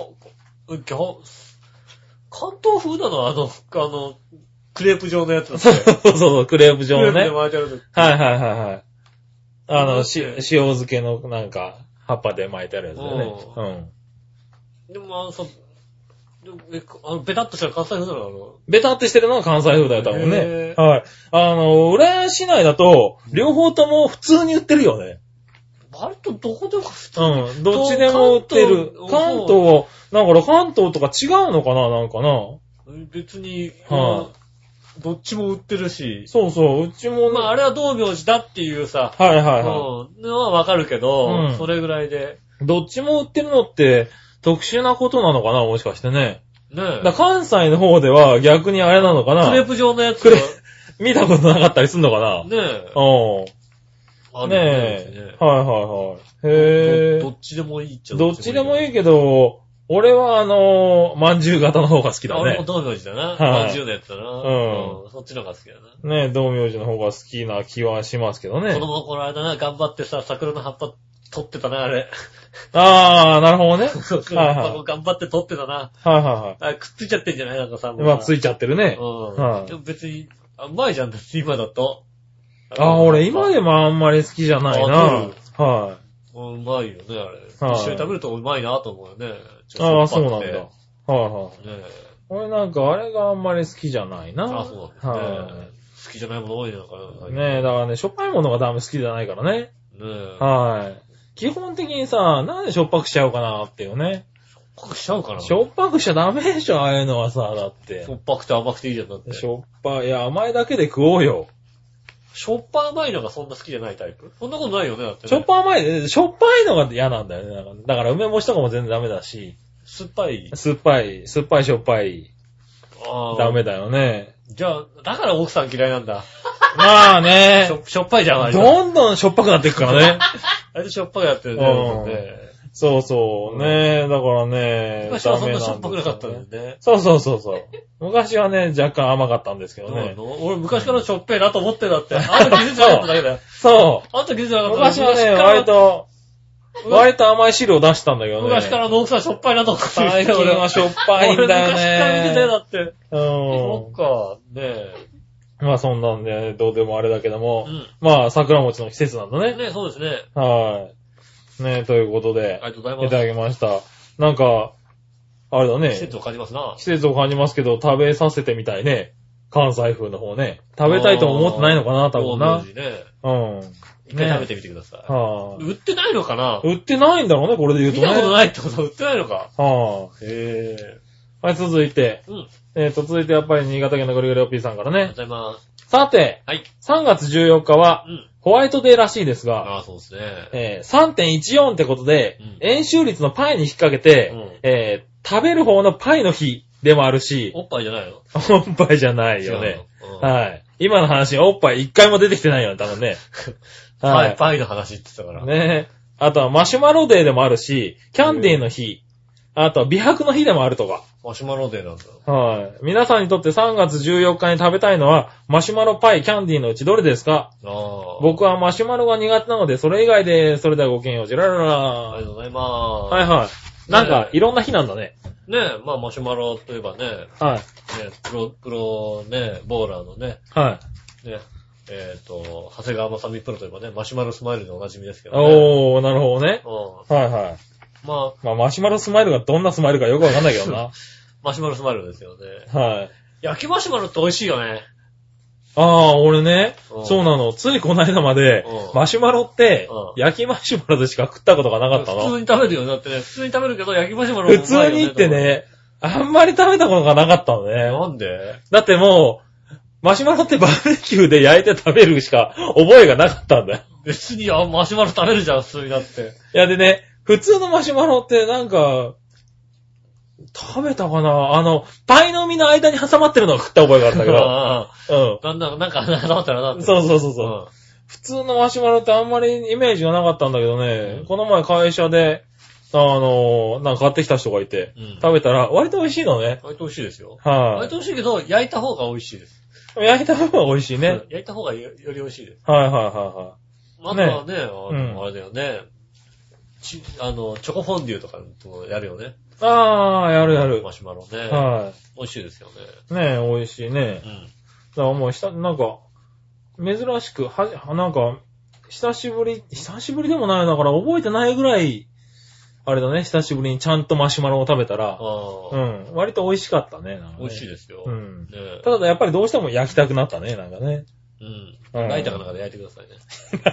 関東風なのあの、あの、クレープ状のやつだって。 そうそうそう、クレープ状のね。 クレープで巻いてある。 はいはいはいはい。あの、し、塩漬けのなんか、葉っぱで巻いてあるやつだよね。 うん。でもあのさ、え、あの、ベタっとした関西風なのあの。 ベタっとしてるのは関西風だよ、多分ね。はい。あの、浦安市内だと、両方とも普通に売ってるよね。 割とどこでも普通に。うん。どっちでも売ってる。関東は、だから関東とか違うのかななんかな。 別に、 はい、 どっちも売ってるし。 そうそう、うちもね。 まあ、あれは道明寺だっていうさ。 はいはいはい。うん。 のはわかるけど、うん、それぐらいで。 どっちも売ってるのって特殊なことなのかなもしかしてね。 ねえ。 だ関西の方では逆にあれなのかな。 クレープ状のやつ。 クレ見たことなかったりすんのかな。 ねえ。 うん。 あるねえ。はいはいはい。へえ。 どっちでもいいっちゃどっちでもいいけど、俺はあのー、まんじゅう型の方が好きだね。 俺も道明寺だな。まんじゅうのやつだな。うん。そっちの方が好きだな。 ねえ、道明寺の方が好きな気はしますけどね。 子供の頃あれだな、頑張ってさ、桜の葉っぱ取ってたな、あれ。 あー、なるほどね。 はいはい。頑張って取ってたな。 はいはいはい。 あ、くっついちゃってんじゃないなんかさ。 まあ、ついちゃってるね。 うん。はい。でも別に、うまいじゃん、今だと。 あー、俺今でもあんまり好きじゃないな。はい。 うまいよね、あれ。一緒に食べるとうまいなと思うよね。 ああ、そうなんだ。はいはい。ねえ。俺なんかあれがあんまり好きじゃないな。 あ、そうなんだ。はい。好きじゃないもの多いのかな。 ねえ、だからね、しょっぱいものがダメ好きじゃないからね。 ねえ。 はい。基本的にさ、なんでしょっぱくしちゃうかなっていうね。 しょっぱくしちゃうかな。 しょっぱくしちゃダメでしょ、ああいうのはさ、だって。 しょっぱくて甘くていいじゃん、だって。 しょっぱい、いや、甘いだけで食おうよ。 しょっぱ甘いのがそんな好きじゃないタイプ？そんなことないよね、だって、ね。 しょっぱ甘い、しょっぱいのが嫌なんだよね。だから梅干しとかも全然ダメだし。 酸っぱい酸っぱい、酸っぱいしょっぱい。ああ。ダメだよね。 じゃあ、だから奥さん嫌いなんだ。 まあね。 しょ、しょっぱいじゃん、あれ。 どんどんしょっぱくなっていくからね。 あれでしょっぱくなってるね。うんねそうそう。ねえ、だからね。 昔はそんなしょっぱくなかったんだよね。 そうそうそうそう。昔はね、若干甘かったんですけどね。 俺昔からしょっぱいなと思ってたって。あんた気づいてなかっただけだよ。 そう。 あんた気づいてなかった。 昔はね、割と、割と甘い汁を出したんだけどね。 昔からの奥さんしょっぱいなと思ってた。 最近はしょっぱいんだよね。 俺昔から見てたよ、だって。うん。そっか、ねえ。 まあそんなんで、どうでもあれだけども。うん、まあ桜餅の季節なんだね。 ね、そうですね。 はい。ね、ということで。 ありがとうございます。 いただきました。なんか、あれだね。 季節を感じますな。 季節を感じますけど、食べさせてみたいね。関西風の方ね。食べたいと思ってないのかな、多分な。 ね、 うん。 一回食べてみてください。 はぁ、あ。売ってないのかな？ 売ってないんだろうね、これで言うとね。 見たことないってことは売ってないのか。 はぁ、 あ。へぇー。はい、続いて。うん。えーと、続いてやっぱり新潟県のゴリゴリオピーさんからね。 ありがとうございます。 さて、はい。さんがつじゅうよっかは、うん。ホワイトデーらしいですが、 ああ、そうですね。 えー、さんてんいちよん ってことで、うん、円周率のパイに引っ掛けて、うん、えー、食べる方のパイの日でもあるし、 おっぱいじゃないの？ おっぱいじゃないよね。うん、はい。今の話、おっぱい一回も出てきてないよね、多分ね。 はい。パイの話って言ってたから。 ね。あとはマシュマロデーでもあるし、キャンディーの日、あとは美白の日でもあるとか。 マシュマロデーなんだ。 はい。皆さんにとってさんがつじゅうよっかに食べたいのは、マシュマロパイ、キャンディーのうちどれですか？あ僕はマシュマロが苦手なので、それ以外で、それではごきげんよう、ジラララ。 ありがとうございます。 はいはい。なんか、いろんな日なんだね。 ねえ、まあマシュマロといえばね。 はい。 ねプロ、プロね、ボーラーのね。 はい。 ね。えっ、ー、と、長谷川正美プロといえばね、マシュマロスマイルでおなじみですけどね。 おー、なるほどね。 うん。 はいはい。 まあ、 まあ、マシュマロスマイルがどんなスマイルかよくわかんないけどな。 マシュマロスマイルですよね。 はい。 焼きマシュマロって美味しいよね。 ああ、俺ね、そうなの。ついこの間まで、マシュマロって、焼きマシュマロでしか食ったことがなかったの。 普通に食べるよね。だってね、普通に食べるけど、焼きマシュマロもうまいよね。普通にってね、あんまり食べたことがなかったのね。 なんで？ だってもう、マシュマロってバーベキューで焼いて食べるしか覚えがなかったんだよ。 別に、あ、マシュマロ食べるじゃん、普通になって。 いやでね、普通のマシュマロってなんか、食べたかなあの、パイの実の間に挟まってるのを食った覚えがあったけど。 あうん。なんだ、なんか、挟まったらなって。 そうそうそうそう、うん。普通のマシュマロってあんまりイメージがなかったんだけどね、うん、この前会社で、あの、なんか買ってきた人がいて、うん、食べたら割と美味しいのね。 割と美味しいですよ。 はい、あ、 割と美味しいけど、焼いた方が美味しいです。 焼いた方が美味しいね。うん、 焼いた方がより美味しいです。 はいはいはいはい。 あとはね、ねあの、あれだよね。ち、あの、チョコフォンデュとかとやるよね。 ああ、やるやる。 マシュマロね。 はい。 美味しいですよね。ねえ、美味しいね。うん。だからもう、した、なんか、珍しく、は、なんか、久しぶり、久しぶりでもないだから覚えてないぐらい、あれだね、久しぶりにちゃんとマシュマロを食べたら、うん。割と美味しかったね。なんかね美味しいですよ。 うん。ね、ただやっぱりどうしても焼きたくなったね、なんかね。 うん。ライターかなんかで焼いてくださいね。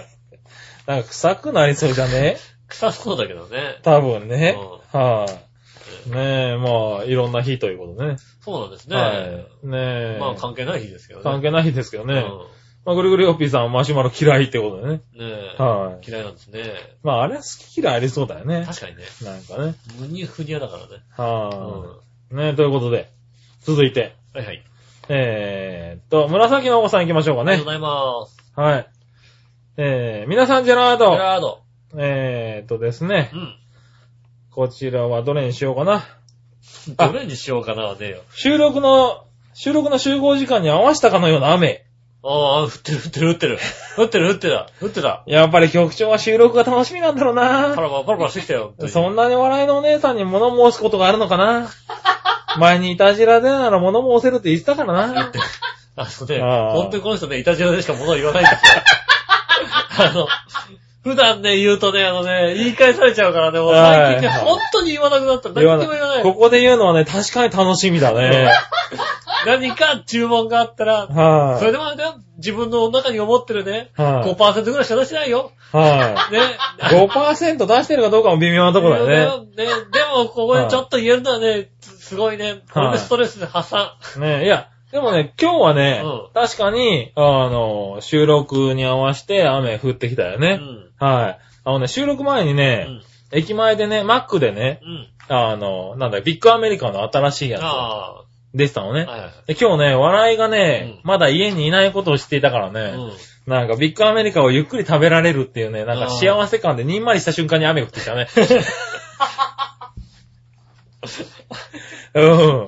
なんか臭くなりそうじゃね？ 臭そうだけどね。 多分ね。 うん、 はい、あ、ねえ、まあ、いろんな日ということでね。 そうなんですね。 はい。ねえ。 まあ、関係ない日ですけどね。 関係ない日ですけどね。 うん、 まあ、ぐるぐるよっぴーさんはマシュマロ嫌いってことでね。 ねえ。 はい。 嫌いなんですね。 まあ、あれは好き嫌いありそうだよね。 確かにね。 なんかね。 むにふにゃだからね。 はい、うん。ねえ、ということで、続いて。 はいはい。 えーっと、紫のお子さん行きましょうかね。 ありがとうございます。 はい。えー、皆さんジェラード。 ジェラード。 えーっとですね。 うん。 こちらはどれにしようかな。 どれにしようかな、ねよ。 収録の、収録の集合時間に合わせたかのような雨。 ああ、降ってる降ってる降ってる。降ってる降ってた。降ってた。 やっぱり局長は収録が楽しみなんだろうな。 パラパラパラパラしてきたよ。 そんなに笑いのお姉さんに物申すことがあるのかな。前にイタジラでなら物申せるって言ってたからな。 あ、そうね。ほんとにこの人ね、イタジラでしか物を言わないんですよ。あの、普段ね、言うとね、あのね、言い返されちゃうからね、もう最近ね、ほんとに言わなくなった。何にも言わない。 ここで言うのはね、確かに楽しみだね。 何か注文があったら、 はい、 それでもね、自分の中に思ってるね、はい、ごパーセント ぐらいしか出してないよ。 はい、ね。ごパーセント 出してるかどうかも微妙なところだよね。 ね。でも、ここでちょっと言えるのはね、すごいね、これでストレスで発散。 ね、いや、でもね、今日はね、うん、確かに、あの、収録に合わせて雨降ってきたよね。うん、はい。あのね、収録前にね、うん、駅前でね、マックでね、うん、あの、なんだ、ビッグアメリカの新しいやつ。あでしたのね、はいはい。で。今日ね、笑いがね、うん、まだ家にいないことを知っていたからね、うん、なんかビッグアメリカをゆっくり食べられるっていうね、なんか幸せ感でにんまりした瞬間に雨降ってきたね。うん。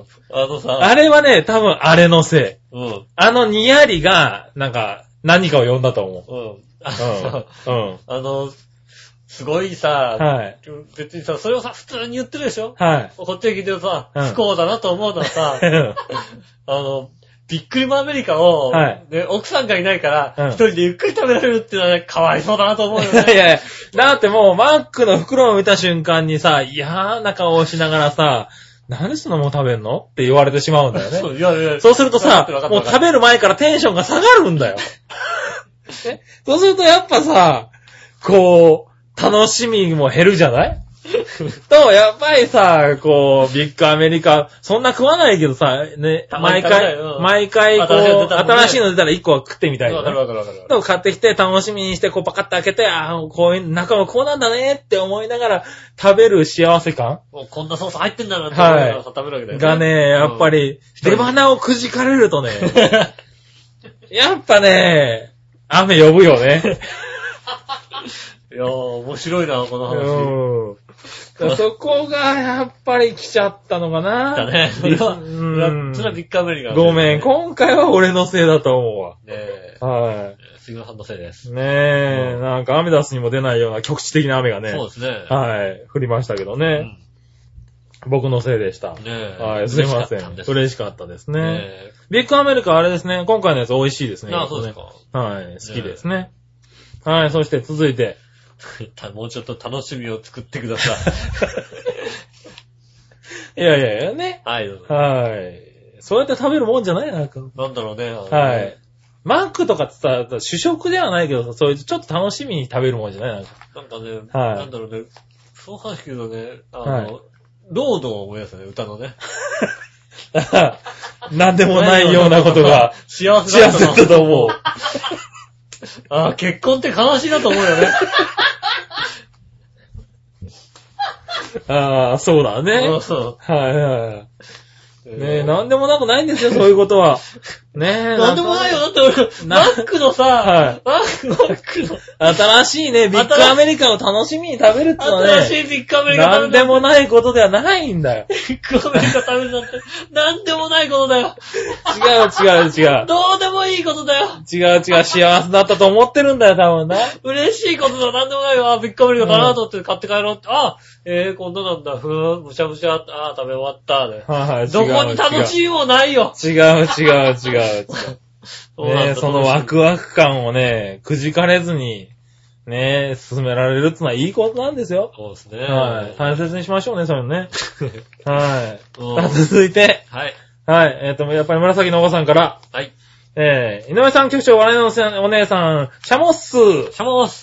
あのさ。 あれはね、多分あれのせい。うん。 あのにやりが、なんか、何かを呼んだと思う。 うん。うん。うん。あの、すごいさ、 はい。 別にさ、それをさ、普通に言ってるでしょ？ はい。 こっちで聞いてるさ、うん、不幸だなと思うのはさ、あの、びっくりマンアメリカを、はい、ね、奥さんがいないから、うん、一人でゆっくり食べられるっていうのはね、かわいそうだなと思うよね。 いやいや、だってもう、マックの袋を見た瞬間にさ、嫌な顔をしながらさ、なんでそんなもん食べんのって言われてしまうんだよね。そういやいやそうするとさ、もう食べる前からテンションが下がるんだよ。そうするとやっぱさ、こう、楽しみも減るじゃないと、やっぱりさ、こう、ビッグアメリカ、そんな食わないけどさ、ね、毎回、毎回、こう、新しいの出たらいっこは食ってみたい。 わかるわかるわかる。 と買ってきて楽しみにして、こうパカッと開けて、ああ、こういう、中はこうなんだねって思いながら食べる幸せ感。 もうこんなソース入ってんだなって思いながら食べるわけだよね。 がね、やっぱり、出花をくじかれるとね、やっぱね、雨呼ぶよね。 いやー、面白いな、この話。 うん。そこが、やっぱり来ちゃったのかな。 だね。それは、うん。それはビッグアメリカ、 ね。ごめん、今回は俺のせいだと思うわ。 ねえ。 はい。 杉村さんのせいです。 ねえ、うん、なんかアメダスにも出ないような局地的な雨がね。 そうですね。 はい。降りましたけどね。うん、僕のせいでした。ねえ。はい、すいません。嬉しかったですね。ねビッグアメリカあれですね。今回のやつ美味しいですね。 ああ、そうですか。 はい、好きですね。はい、そして続いて。 もうちょっと楽しみを作ってください。いやいやいやね。 はい、どうぞ。 はい。そうやって食べるもんじゃないなんか。 なんだろうね。 はい。マックとかってさ、主食ではないけどさ、そういうちょっと楽しみに食べるもんじゃないなんか。 なんかね、 はい、 なんだろうね。そう話聞くとね、あの、はい、ロードを思い出すね、歌のね。 なんでもないようなことが幸せだったと思う。ああ、結婚って悲しいなと思うよね。 ああ、そうだね。 そうそう。 はいはい。ねえ、なんでもなくないんですよ、そういうことは。ねえ。 なんでもないよ、だって俺、マックのさ、はい、マックの、 新しいね、ビッグアメリカを楽しみに食べるってのはね、 新しいビッグアメリカなんでもないことではないんだよ。 ビッグアメリカ食べるなんて、なんでもないことだよ。 違う違う違う。 どうでもいいことだよ。 違う違う、幸せだったと思ってるんだよ、多分な。 嬉しいことだ、なんでもないよ。あ、ビッグアメリカだなと思って買って帰ろうって。あ、えー、こんななんだ。ふーん、むしゃむしゃ、あ、食べ終わった。ね、 はい、 どこに楽しいもないよ。 違う違う違う違う。ねえ、そのワクワク感をね、くじかれずに、ねえ、進められるってのはいいことなんですよ。 そうですね。 はい。大切にしましょうね、それね。はい。続いて。 はい。 はい。えっと、やっぱり紫のおばさんから。 はい。 えー、井上さん局長、笑いのお姉さん、シャモッスー。 シャモッス。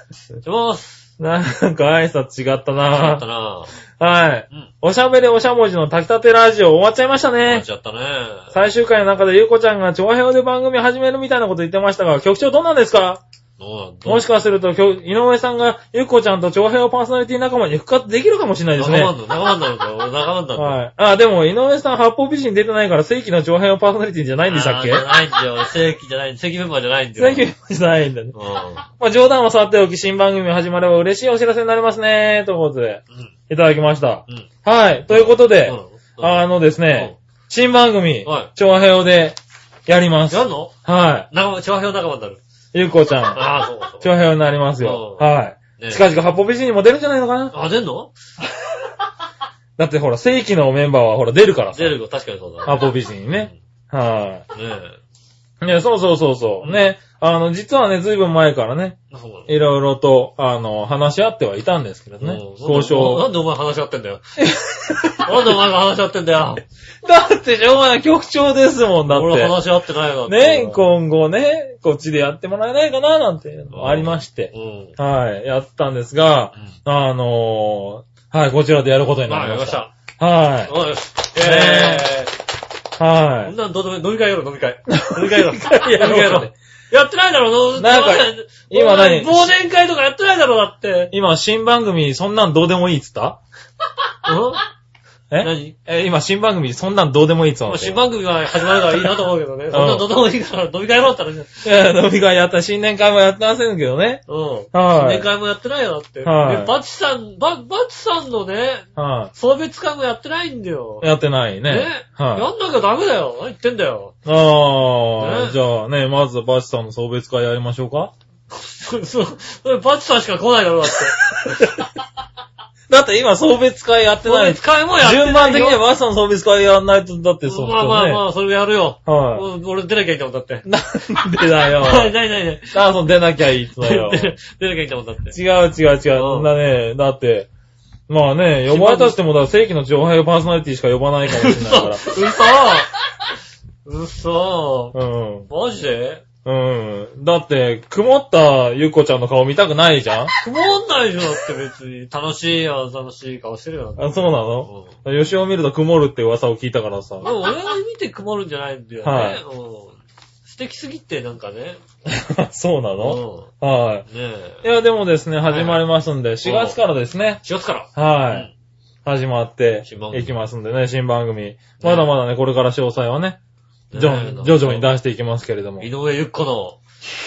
します。 なんか挨拶違ったな違ったなはい、うん。おしゃべりおしゃもじの炊きたてラジオ終わっちゃいましたね。 終わっちゃったね。 最終回の中でゆうこちゃんが長編で番組始めるみたいなこと言ってましたが、局長どうなんですか？もしかすると、井上さんがゆっこちゃんと長編パーソナリティ仲間に復活できるかもしれないですね。 仲間なんだ、仲間なんだよ。仲間なんだよ。 はい。あ、でも井上さん八方美人出てないから正規の長編パーソナリティじゃないんでしたっけ？ じゃないんだよ。正規じゃない、正規メンバーじゃないんだよ。 正規メンバーじゃないんだね。うん。まあ冗談はさておき、新番組始まれば嬉しいお知らせになりますね。ということで、うん、いただきました。うん。はい。ということで、うん、あのですね、うん、新番組、はい、長編でやります。 やるの？ はい。 仲間、長編仲間になる。 ゆうこちゃん。 ああ、そうそう。 長編になりますよ。はい。近々八方美人にも出るんじゃないのかな？ あ、出んの？ だってほら、正規のメンバーはほら出るからさ。 出るよ、確かにそうだ。 八方美人にね。うん、はい。 ねえ。ねそうそうそうそう。うん、ねあの、実はね、ずいぶん前からね、いろいろと、あの、話し合ってはいたんですけどね。交渉。 なんでお前話し合ってんだよ。なんでお前が話し合ってんだよ。 だってしょうがない局長ですもんだって。 俺話し合ってないよ。 ね今後ね、こっちでやってもらえないかななんていうのもありまして。うん、はい、やったんですが、うん、あのー、はい、こちらでやることになりました。 まあ、やりました。はい。 よし。えー、はい。 こんなんどうでも飲み会やろ、飲み会。飲み会やろ。飲み会やろ。やってないだろ、 なんか、今何忘年会とかやってないだろ、だって。 今、新番組、そんなんどうでもいいっつったうんえ何え、今、新番組、そんなんどうでもいいっつったの？ 新番組が始まるからいいなと思うけどね。そんなんどうでもいいから、飲み会やろうったらね。 いや、飲み会やった、新年会もやってませんけどね。 うん。はい。新年会もやってないよ、だって。はい。バチさん、バ、バチさんのね、はい。送別会もやってないんだよ。 やってないね。 ね。はい。やんなきゃダメだよ。何言ってんだよ。 ああ、ね、じゃあね、まずバチさんの送別会やりましょうか。 そう、それバチさんしか来ないだろ、だって。 だって今送別会やってない。 送別会もやってないよ。 順番的にはバチさんの送別会やんないと、だってそう、 ね。まあまあまあ、それやるよ。 はい。 俺出なきゃいいんだもん、だって。 なんでだよ。 ないないない。 あ、そう、出なきゃいいってだよ。 出なきゃいいんだもん、だって。 違う違う違う。そんなね、だって、まあね、呼ばれたとしても、だ正規の情報パーソナリティしか呼ばないかもしれないから。 嘘嘘うん。 マジでうん。だって、曇ったゆっこちゃんの顔見たくないじゃん？ 曇んないじゃん、だって別に。楽しいよ、楽しい顔してるよ。 あ、そうなの？うん。吉尾を見ると曇るって噂を聞いたからさ。 でも俺が見て曇るんじゃないんだよね。はい。うん。素敵すぎて、なんかね。 そうなの？うん。はい。ねえ。 いや、でもですね、始まりますんで、しがつからですね。 しがつから。 はい。始まっていきますんでね、新番組。まだまだね、これから詳細はね。徐々に出していきますけれども。 井上ゆっ子の。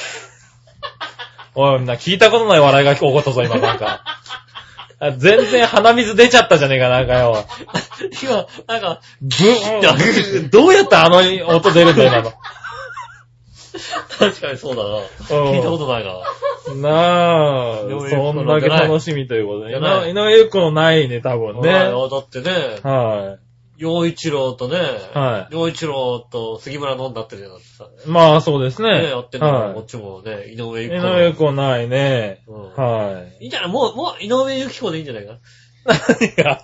おい、みんな聞いたことない笑いが起こったぞ、今なんか。全然鼻水出ちゃったじゃねえか、なんかよ。 今、なんか、 ブーン。どうやってあの音出るんだよ、今の。 確かにそうだな。聞いたことないな。 なあ、そんだけ楽しみということで。井上ゆっ子のないね、多分ね。 だってね。 はい。 陽一郎とね、 はい。 陽一郎と杉村飲んだってるじゃなくてさ。 まあそうですね。 ねやってんだから、こっちもね、井上ゆき子。 井上ゆき子ないね。うん。はい。いいんじゃないもう、もう、井上ゆき子でいいんじゃないか何が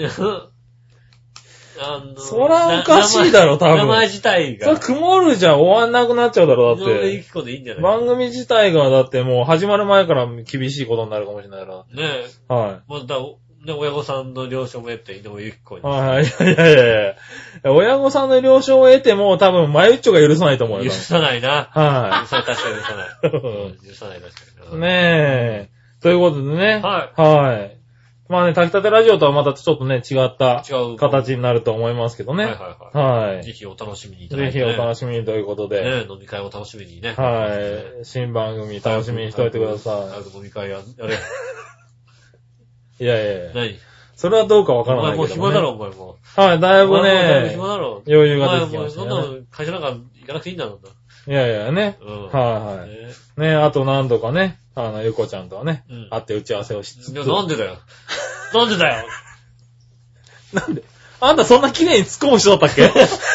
あの、 そらおかしいだろ、多分。 名前自体が。 それ曇るじゃん、終わんなくなっちゃうだろ、だって。 井上ゆき子でいいんじゃない番組自体が、だってもう始まる前から厳しいことになるかもしれないから。 ねえ。はい。 まだ、ね、親御さんの了承も得て、井上ゆき子に。 はい、いやいやいやいや。親御さんの了承を得ても、多分、マユッチョが許さないと思うよ。 許さないな。 はい。 許さない、確かに許さない。許さない、確かに。 ねえ。ということでね。 はい。 はい。まあね、炊きたてラジオとはまたちょっとね、違った形になると思いますけどね。 はいはいはい。 はい。 ぜひお楽しみにいただいて、 ね。ぜひお楽しみにということで。 ね飲み会も楽しみにね。 はい。新番組楽しみにしといてください。 早く飲み会や、やれ。 いやいやいや。 何それはどうかわからないけど、ね。 お前もう暇だろ、お前も。 はい、だいぶね。 暇だろ。 余裕ができてきましたね。 お前もう、どんどん会社なんか行かなくていいんだろうな。いやいやね。 うん。 はいはい。ね, ねあと何度かね、あの、ゆこちゃんとはね、うん、会って打ち合わせをしつつ。 いや、なんでだよ。なんでだよ。 なんであんたそんな綺麗に突っ込む人だったっけ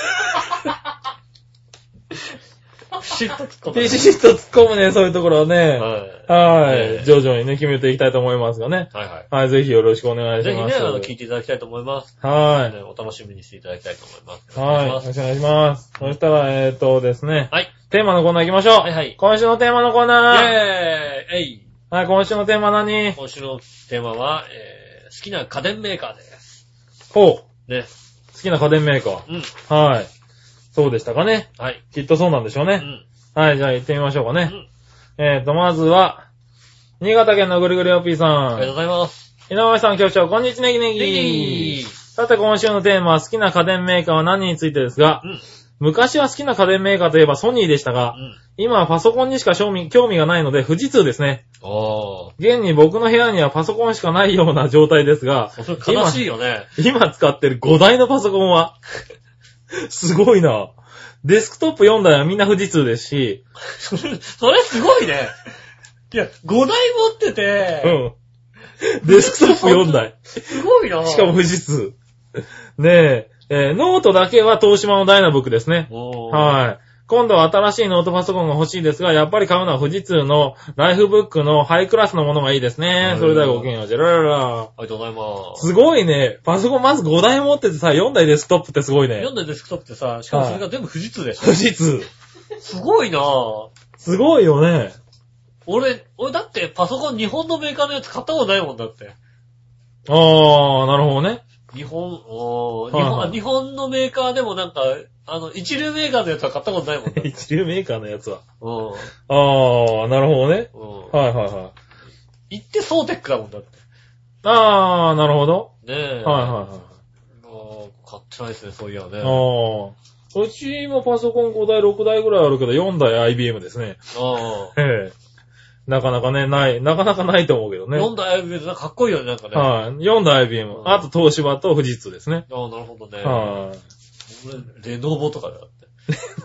ピシッと突っ込む。 ピシッと突っ込むね、そういうところはね。はい。はい、 えー。 徐々にね、決めていきたいと思いますよね。 はいはい。 はい、ぜひよろしくお願いします。 ぜひね、あの、聞いていただきたいと思います。 はい、 ね。お楽しみにしていただきたいと思います。 はい。よろしくお願いします。そしたら、えーとですね。 はい。 テーマのコーナー行きましょう。 はいはい。 今週のテーマのコーナー。 イェーイえいはい、今週のテーマ何？ 今週のテーマは、えー、好きな家電メーカーです。 ほう。 ね。 好きな家電メーカー。 うん。 はい。そうでしたかね。 はい。 きっとそうなんでしょうね。 うん。 はい、じゃあ行ってみましょうかね。 うん。 えーと、まずは、新潟県のぐるぐるおっぴーさん。 ありがとうございます。 井上さん局長、こんにちはネギネギ。 ネギさて今週のテーマは好きな家電メーカーは何についてですが、うん、昔は好きな家電メーカーといえばソニーでしたが、うん、今はパソコンにしか興味、興味がないので富士通ですね。現に僕の部屋にはパソコンしかないような状態ですが、 悲しいよね。 今、今使ってるごだいのパソコンは、すごいな。デスクトップよんだいはみんな富士通ですし、 それ、それすごいね。いや、ごだい持ってて、 うん。デスクトップよんだい。 すごいな。 しかも富士通。ねえ、えー、ノートだけは東芝のダイナブックですね。はい。今度は新しいノートパソコンが欲しいですが、やっぱり買うのは富士通のライフブックのハイクラスのものがいいですね。それではごきげんよう。じゃららら。 ありがとうございます。 すごいね。パソコンまずごだい持っててさ、よんだいデスクトップってすごいね。 よんだいデスクトップってさ、しかもそれが全部富士通でしょ。 富士通。 すごいなぁ。 すごいよね。 俺、俺だってパソコン日本のメーカーのやつ買ったことないもんだって。 あー、なるほどね。 日本、おー、はいはい、日本、日本のメーカーでもなんか、あの、一流メーカーのやつは買ったことないもんだって。 一流メーカーのやつは。 うん。 あー、なるほどね。うん。はいはいはい。 行ってソーテックだもんだって。 あー、なるほど。 ねえ。 はいはいはい。あー、買ってないですね、そういやね。 あー。うちもパソコンごだい、ろくだいぐらいあるけど、よんだい アイビーエム ですね。 ああ。 ええ。なかなかね、ない、なかなかないと思うけどね。 よんだい アイビーエム なんかかっこいいよね、なんかね。 はい、よんだい アイビーエム。あと東芝と富士通ですね。 ああ、なるほどね。 はい、 レノボとかだって。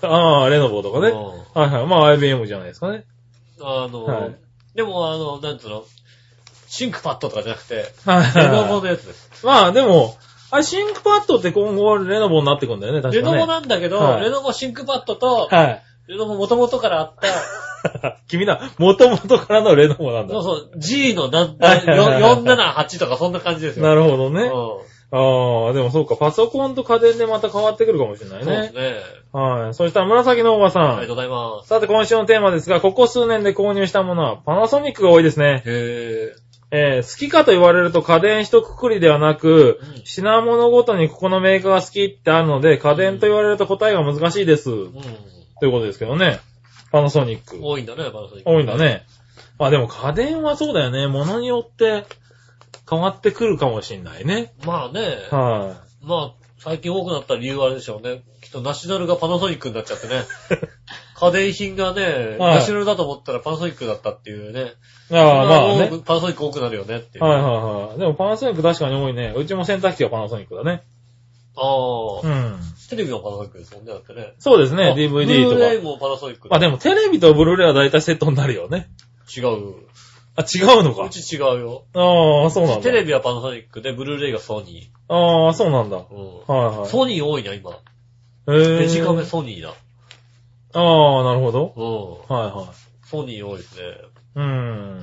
ああ、レノボとかね。はいはい。まあ アイビーエム じゃないですかね。 あの、はい、でもあの、なんつうの、シンクパッドとかじゃなくて、 はい、 レノボのやつです。 まあでも、あれ、シンクパッドって今後レノボになってくんだよね、確かに、ね。 レノボなんだけど、はい、レノボシンクパッドと、 はい、 レノボ元々からあった、 君だ、元々からのレノボなんだ。 そうそう、G のな、よんななはちとかそんな感じですよ。 なるほどね。 うん、 ああ、でもそうか、パソコンと家電でまた変わってくるかもしれないね。 そうですね。 はい。そしたら紫のおばさん。 ありがとうございます。 さて今週のテーマですが、ここ数年で購入したものはパナソニックが多いですね。 へー。 えー、好きかと言われると家電一括りではなく、うん、品物ごとにここのメーカーが好きってあるので、家電と言われると答えが難しいです。うん、ということですけどね。パナソニック。 多いんだね、パナソニック。 多いんだね。まあでも家電はそうだよね。物によって変わってくるかもしんないね。 まあね。 はい、 まあ、最近多くなった理由はあれでしょうね。きっとナショナルがパナソニックになっちゃってね。家電品がね、はい、ナショナルだと思ったらパナソニックだったっていうね。 ああ、まあね。 パナソニック多くなるよねっていう。 はいはいはい。でもパナソニック確かに多いね。うちも洗濯機はパナソニックだね。 ああ。 うん。 テレビもパナソニックですもんね、だってね。 そうですね、ディーブイディー とか。 ブルーレイもパナソニック。 あ、でもテレビとブルーレイは大体セットになるよね。 違う。 あ、違うのか。 うち違うよ。 ああ、そうなんだ。 テレビはパナソニックで、ブルーレイがソニー。ああ、そうなんだ。 うん。 はいはい。 ソニー多いな、今。 へぇー。 デジカメソニーだ。 ああ、なるほど。 うん。 はいはい。 ソニー多いですね。 うーん。うん。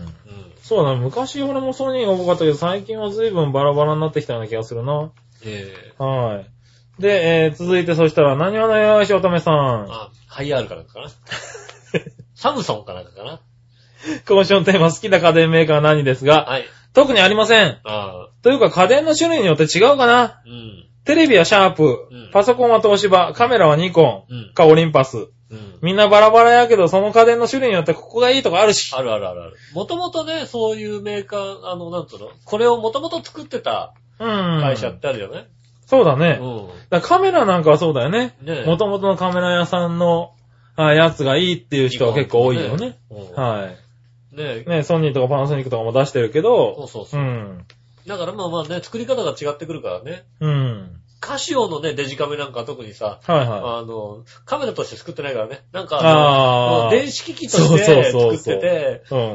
そうだね。昔俺もソニーが多かったけど、最近は随分バラバラになってきたような気がするな。 ええー。はい。で、えー、続いてそしたら、何話のよーしおとめさん。 あ、ハイアールかなんかかな。サムソンかなんかかな。 今週のテーマ、好きな家電メーカーは何ですが、 はい。 特にありません。 ああ。 というか家電の種類によって違うかな。 うん。 テレビはシャープ、うん、パソコンは東芝、カメラはニコン、うん、かオリンパス。うん、みんなバラバラやけど、その家電の種類によってここがいいとかあるし。 あるあるあるある。もともとね、そういうメーカー、あの、なんつうのこれをもともと作ってた会社ってあるよね。うん、 そうだね。 うん、 だカメラなんかはそうだよね。 ねもともとのカメラ屋さんのあやつがいいっていう人は結構多いよね。ねうん、はい。 ねねソニーとかパナソニックとかも出してるけど。 そうそうそう。うん。だからまあまあね、作り方が違ってくるからね。 うん。 カシオのね、デジカメなんかは特にさ、 はいはい。 あの、カメラとして作ってないからね。なんかあの、電子機器として作ってて、 そうそうそう。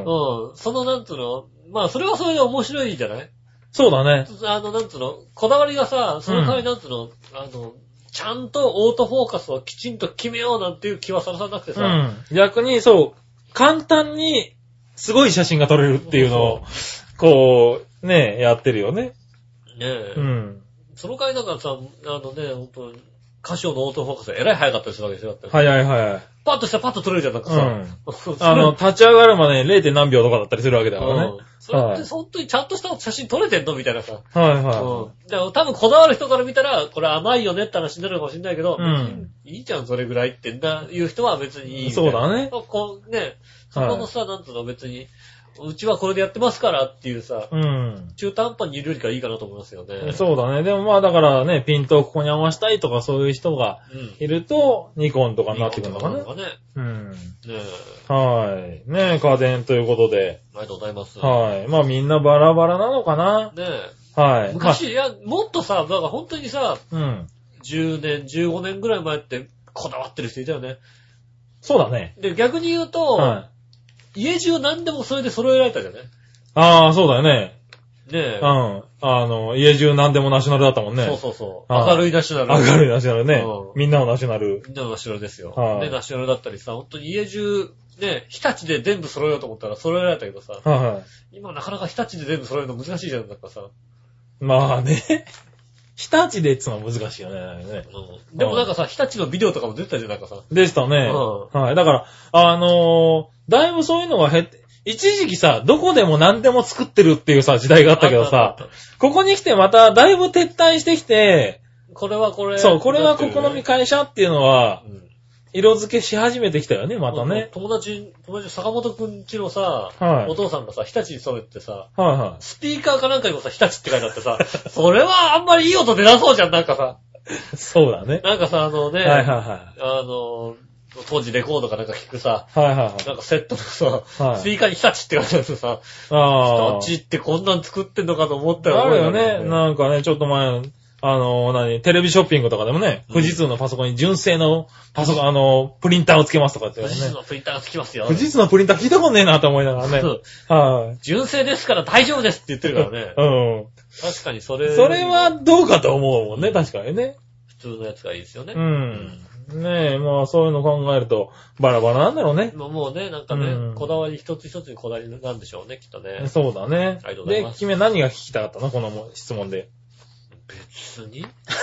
うん。そのなんつうの、まあそれはそれで面白いじゃないそうだね。 あの、なんつうの、こだわりがさ、その代わりなんつうの、うん、あの、ちゃんとオートフォーカスをきちんと決めようなんていう気はさらさなくてさ。 うん。逆にそう、簡単にすごい写真が撮れるっていうのを、こう、ね、やってるよね。 ねえ。 うん。 その代わりだからさ、あのね、ほんと、カシオのオートフォーカスがえらい早かったりするわけですよ。 早い早い。 パッとしたらパッと撮れるじゃん、なんかさ。うん、 あの、立ち上がるまで ゼロ. 何秒とかだったりするわけだからね。うん、 それって本当にちゃんとした写真撮れてんのみたいなさ。 はいはい。うん。 でも多分こだわる人から見たら、これ甘いよねって話になるかもしれないけど、 うん。 いいじゃん、それぐらいっていう人は別にいいみたいな。 そうだね。 こうね、そこのさ、はい、なんつうの別に、うちはこれでやってますからっていうさ、 うん。 中途半端にいるよりかいいかなと思いますよね。 そうだね。でもまあだからね、ピントをここに合わせたいとかそういう人がいると、うん、ニコンとかになってくるのかね。 かね。 うん。 ねえ。はい。ねえ、家電ということで。 ありがとうございます。 はい。まあみんなバラバラなのかな。 ねえ。はい。 昔、いや、もっとさ、だから本当にさ、 うん。 じゅうねん、じゅうごねんぐらい前ってこだわってる人いたよね。 そうだね。 で、逆に言うと、はい、家中何でもそれで揃えられたじゃない？ ああ、そうだよね。 ねえ。 うん。あの、家中何でもナショナルだったもんね。 そうそうそう。明るいナショナル。 明るいナショナルね。うん、みんなのナショナル。 みんなのナショナルですよ。 はい、 ね、ナショナルだったりさ、本当に家中、ね、日立で全部揃えようと思ったら揃えられたけどさ、 はいはい、 今なかなか日立で全部揃えるの難しいじゃん、なんかさ。 まあね。日立でっつうのは難しいよね。ねうん、でもなんかさ、日立のビデオとかも出てたじゃん、なんかさ。 でしたね。 うん、 はい。だから、あのー、だいぶそういうのが減って、一時期さ、どこでも何でも作ってるっていうさ、時代があったけどさ、ここに来てまただいぶ撤退してきて、 これはこれ。 そう、これはここの会社っていうのは、うん、色付けし始めてきたよね、またね。 友達、友達、坂本くんちのさ、 はい、 お父さんがさ、日立に染めてさ、 はいはい、 スピーカーかなんかにもさ、日立って書いてあってさ、それはあんまりいい音出なそうじゃん、なんかさ。 そうだね。 なんかさ、あのね、 はいはいはい、 あの、当時レコードかなんか聞くさ、 はいはいはい、 なんかセットのさ、 はい、 スピーカーに日立って書いてあってさ、 あ日立ってこんなん作ってんのかと思ったら、 あるよね。なんかね、ちょっと前、あの、何、テレビショッピングとかでもね、うん、富士通のパソコンに純正のパソコン、あの、プリンターをつけますとかって言うね。 富士通のプリンターがつきますよ。 富士通のプリンター聞いたことねえなと思いながらね。はい、 純正ですから大丈夫ですって言ってるからね。 うん。 確かにそれ。 それはどうかと思うもんね、確かにね。 普通のやつがいいですよね。 うん。うん、ねえ、まあそういうの考えると、バラバラなんだろうね。 もうね、なんかね、うん、こだわり一つ一つにこだわりなんでしょうね、きっとね。 そうだね。 ありがとうございます。 で、君は何が聞きたかったのこの質問で。 別に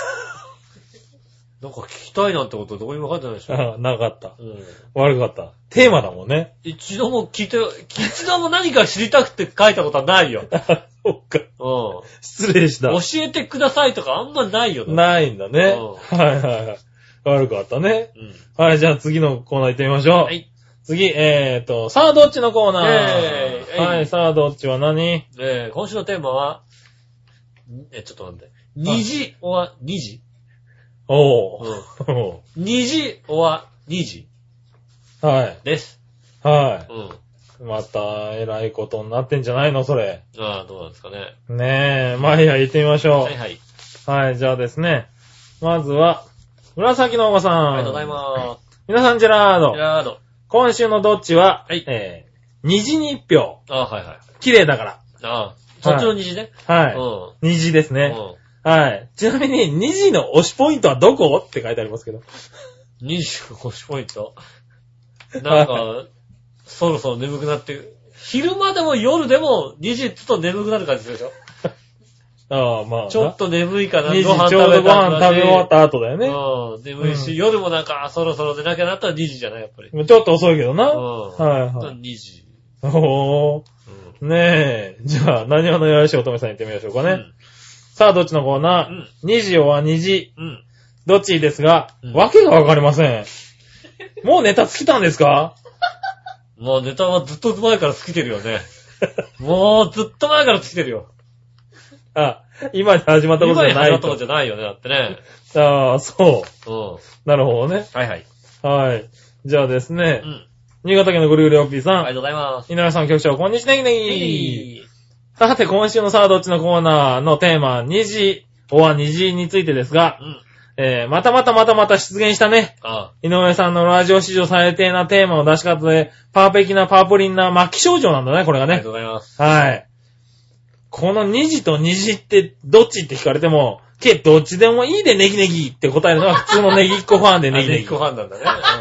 なんか聞きたいなんてことどこにも書いてないでしょ。 ああ、なかった。 うん。 悪かった。テーマだもんね。 一度も聞いて、一度も何か知りたくて書いたことはないよ。 そっか。 うん。 失礼した。 教えてくださいとかあんまないよね。 ないんだね。 うん、 はいはいはい。悪かったね。 うん。 はい、じゃあ次のコーナー行ってみましょう。 はい。 次、えーと、さあどっちのコーナー、 えー、 はい、さあどっちは何えー、今週のテーマは、え、ちょっと待って。虹は虹おー。 うん、虹は虹はい。 です。 はい。 うん。 また、偉いことになってんじゃないのそれ。 ああ、どうなんですかね。 ねえ、まあいいや、行ってみましょう。 はいはい。 はい、じゃあですね。まずは、紫のおばさん。 ありがとうございます。 皆さん、ジェラード。 ジェラード。 今週のどっちは、 はい。 えー、虹に一票。 ああ、はいはい。 綺麗だから。 ああ、そっちの虹ね。 はい。 うん。 虹ですね。 うん。 はい。ちなみに、虹の推しポイントはどこって書いてありますけど。 虹の推しポイントなんか、そろそろ眠くなって、昼間でも夜でも虹ってと眠くなる感じするでしょああ、まあ。 ちょっと眠いかな。 ご飯ちょうどご飯食べ終わった後だよね。 うん。眠いし、うん、夜もなんか、そろそろ寝なきゃなったらにじじゃないやっぱり。 ちょっと遅いけどな。 うん。 はいはい。 にじ。 おー。うん、ねえ。じゃあ、何話のよろしいおとめさん行ってみましょうかね。うん、さあ、どっちのコーナー、うん、にじはにじ。うん。どっちですが、うん、わけがわかりません。もうネタ尽きたんですか？ もうネタはずっと前から尽きてるよね。もうずっと前から尽きてるよ。 あ、今に始まったことじゃないと。今に始まったことじゃないよね、だってね。 ああ、そう。 うん。 なるほどね。 はいはい。 はい。じゃあですね。 うん。 新潟県のぐるぐるおっぴーさん。 ありがとうございます。 稲田さん局長、こんにちは、ねぎねぎ。さて、今週のさあどっちのコーナーのテーマ、虹、おは虹についてですが、うん。えー、またまたまたまた出現したね。 ああ。 井上さんのラジオ史上最低なテーマの出し方で、パーペキなパープリンな末期症状なんだね、これがね。 ありがとうございます。 はい。この虹と虹ってどっちって聞かれても、け、どっちでもいいでネギネギって答えるのが普通のネギっ子ファンでネギネギ。 ネギっ子ファンなんだね。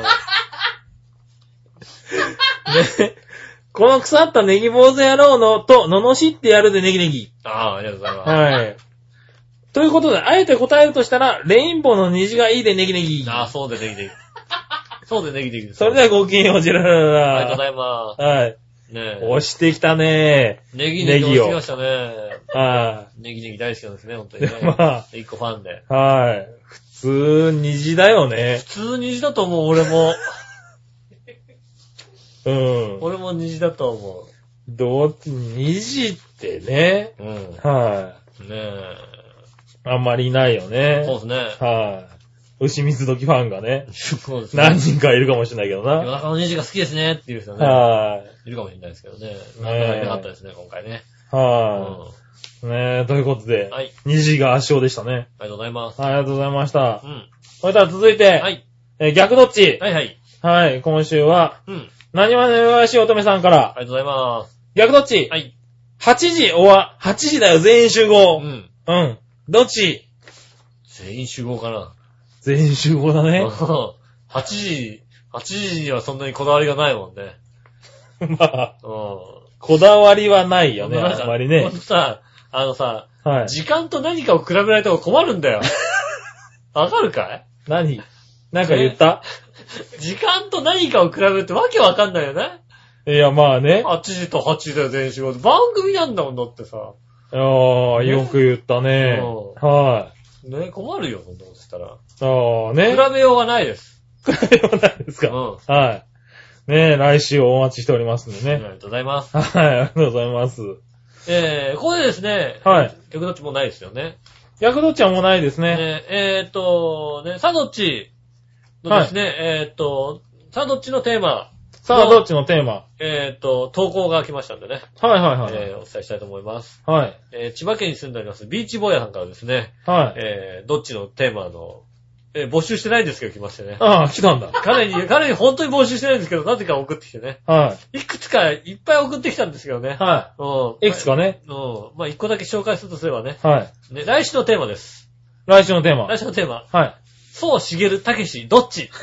ね。この腐ったネギ坊主野郎のと、罵ってやるでネギネギ。 ああ、ありがとうございます。 はい。ということで、あえて答えるとしたら、レインボーの虹がいいでネギネギ。 ああ、そうでネギネギ。 そうでネギネギです。 それではごきげんよう、ジェラララ。 ありがとうございます。 はい。 ねえ。 押してきたねー。ネギネギ押してきましたね。 はい。 ネギネギ大好きなんですね、本当にね。 まあ。 一個ファンで。 はい。普通、虹だよね。 普通虹だと思う、俺も。 うん。 俺も虹だと思う。 どう、虹ってね。 うん。 はい。 ねえ。 あんまりいないよね。 そうですね。 はい。牛水時ファンがね。 そうですね。 何人かいるかもしれないけどな。 夜中の虹が好きですねっていう人ね。 はい。 いるかもしれないですけどね。なかなかいなかったですね、今回ね。 はい。ねえ、ということで。 はい。 虹が圧勝でしたね。 ありがとうございます。 はい、ありがとうございました。 うん。 それでは続いて。 はい。 えー、逆どっちはいはい。 はい、今週は。 うん。 何話の弱し乙女さんから。 ありがとうございます。 逆どっちはい。 はちじ、おわ、はちじだよ、全員集合。 うん。 うん。どっち全員集合かな。 全員集合だね。 はちじ、はちじにはそんなにこだわりがないもんね。 まあ、 うん。 こだわりはないよね、あんまりね。 ほんとさ、あのさ、 はい。 時間と何かを比べないと困るんだよ。わかるかい？ 何なんか言った、 時間と何かを比べるってわけわかんないよね。 いや、まあね。 はちじとはちじだよ、全員集合。番組なんだもんだってさ。 ああ、ね、よく言ったね。はい。 ね、困るよ、そんなことしたら。 ああ、ね。 比べようがないです。 比べようがないですか。うん。はい。ねえ、来週お待ちしておりますんでね。 ありがとうございます。 はい、ありがとうございます。 えー、ここでですね。はい。逆どっちもないですよね。 逆どっちはもうないですね。 ねえーっと、ね、さあどっちのですね、はい、えーっと、さあどっちのテーマ。 さあどっちのテーマ。 えーっと、投稿が来ましたんでね。 はいはいはい。 えー、お伝えしたいと思います。 はい。 えー、千葉県に住んでおりますビーチボーヤさんからですね。はい。えー、どっちのテーマの、えー、募集してないんですけど来ましてね。 ああ、来たんだ。 彼に、彼に本当に募集してないんですけど、なぜか送ってきてね。はい。いくつかいっぱい送ってきたんですけどね。はい。うん。いくつかね。うん。まあ、一個だけ紹介するとすればね。はい。ね、来週のテーマです。 来週のテーマ。 来週のテーマ。 はい。 そう、しげる、たけし、どっち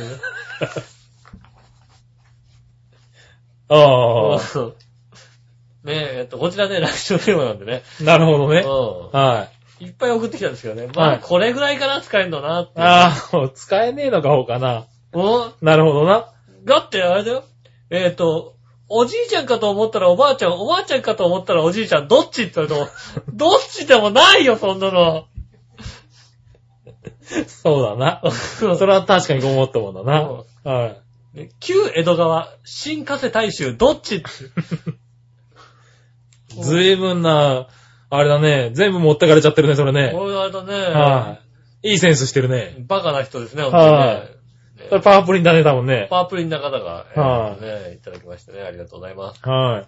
ああ。ねえ、えっと、こちらね、来週のテーマなんでね。 なるほどね。うん。はい。 いっぱい送ってきたんですけどね。まあ、これぐらいかな、使えるのなって。 ああ、使えねえのかほうかな。 うん。 なるほどな。 だって、あれだよ。えっと、おじいちゃんかと思ったらおばあちゃん、おばあちゃんかと思ったらおじいちゃん、どっちって言われても、どっちでもないよ、そんなの。 そうだな。それは確かに思ったもんだな。はい。 旧江戸川、新加瀬大衆、どっちって。 ずいぶんな、あれだね。全部持ってかれちゃってるね、それね。 これあれだね。 はい。いいセンスしてるね。 バカな人ですね、ほんとにね。はい。 それパワープリンだね、多分ね。 パワープリンな方が、はい。ね、いただきましてね。ありがとうございます。 はい。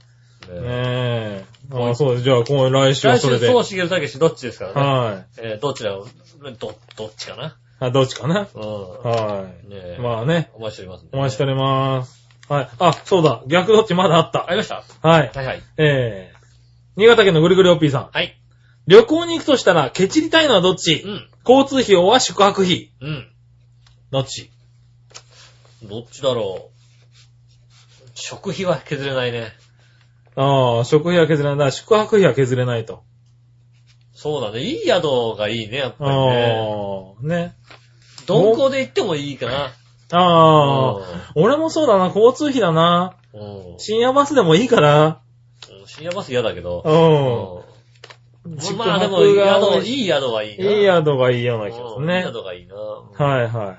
ねえ。ああ、そうです。じゃあ、この来週はそれで。 来週、そうしげるたけし、どっちですからね。 はい。 えー、どちらを、ど、どっちかな。 あ、どっちかな。 うん。 はい。ねまあね。 お待ちしております、ね。 お待ちしております。はい。あ、そうだ。逆どっちまだあった。 ありました。 はい。 はいはい。 えー、新潟県のぐるぐるおっぴーさん。 はい。 旅行に行くとしたら、ケチりたいのはどっち？うん。交通費用は宿泊費。 うん。 どっち？ どっちだろう。食費は削れないね。 ああ、食費は削れない。だから宿泊費は削れないと。 そうだね。いい宿がいいね、やっぱりね。 ああ、ね。 鈍行で行ってもいいかな。 ああ、俺もそうだな。交通費だな。うん。深夜バスでもいいかな。 深夜バス嫌だけど。 うん。 まあでも、宿、いい宿はいいな。 いい宿がいいような気がするね。 いい宿がいいな。 はいはい。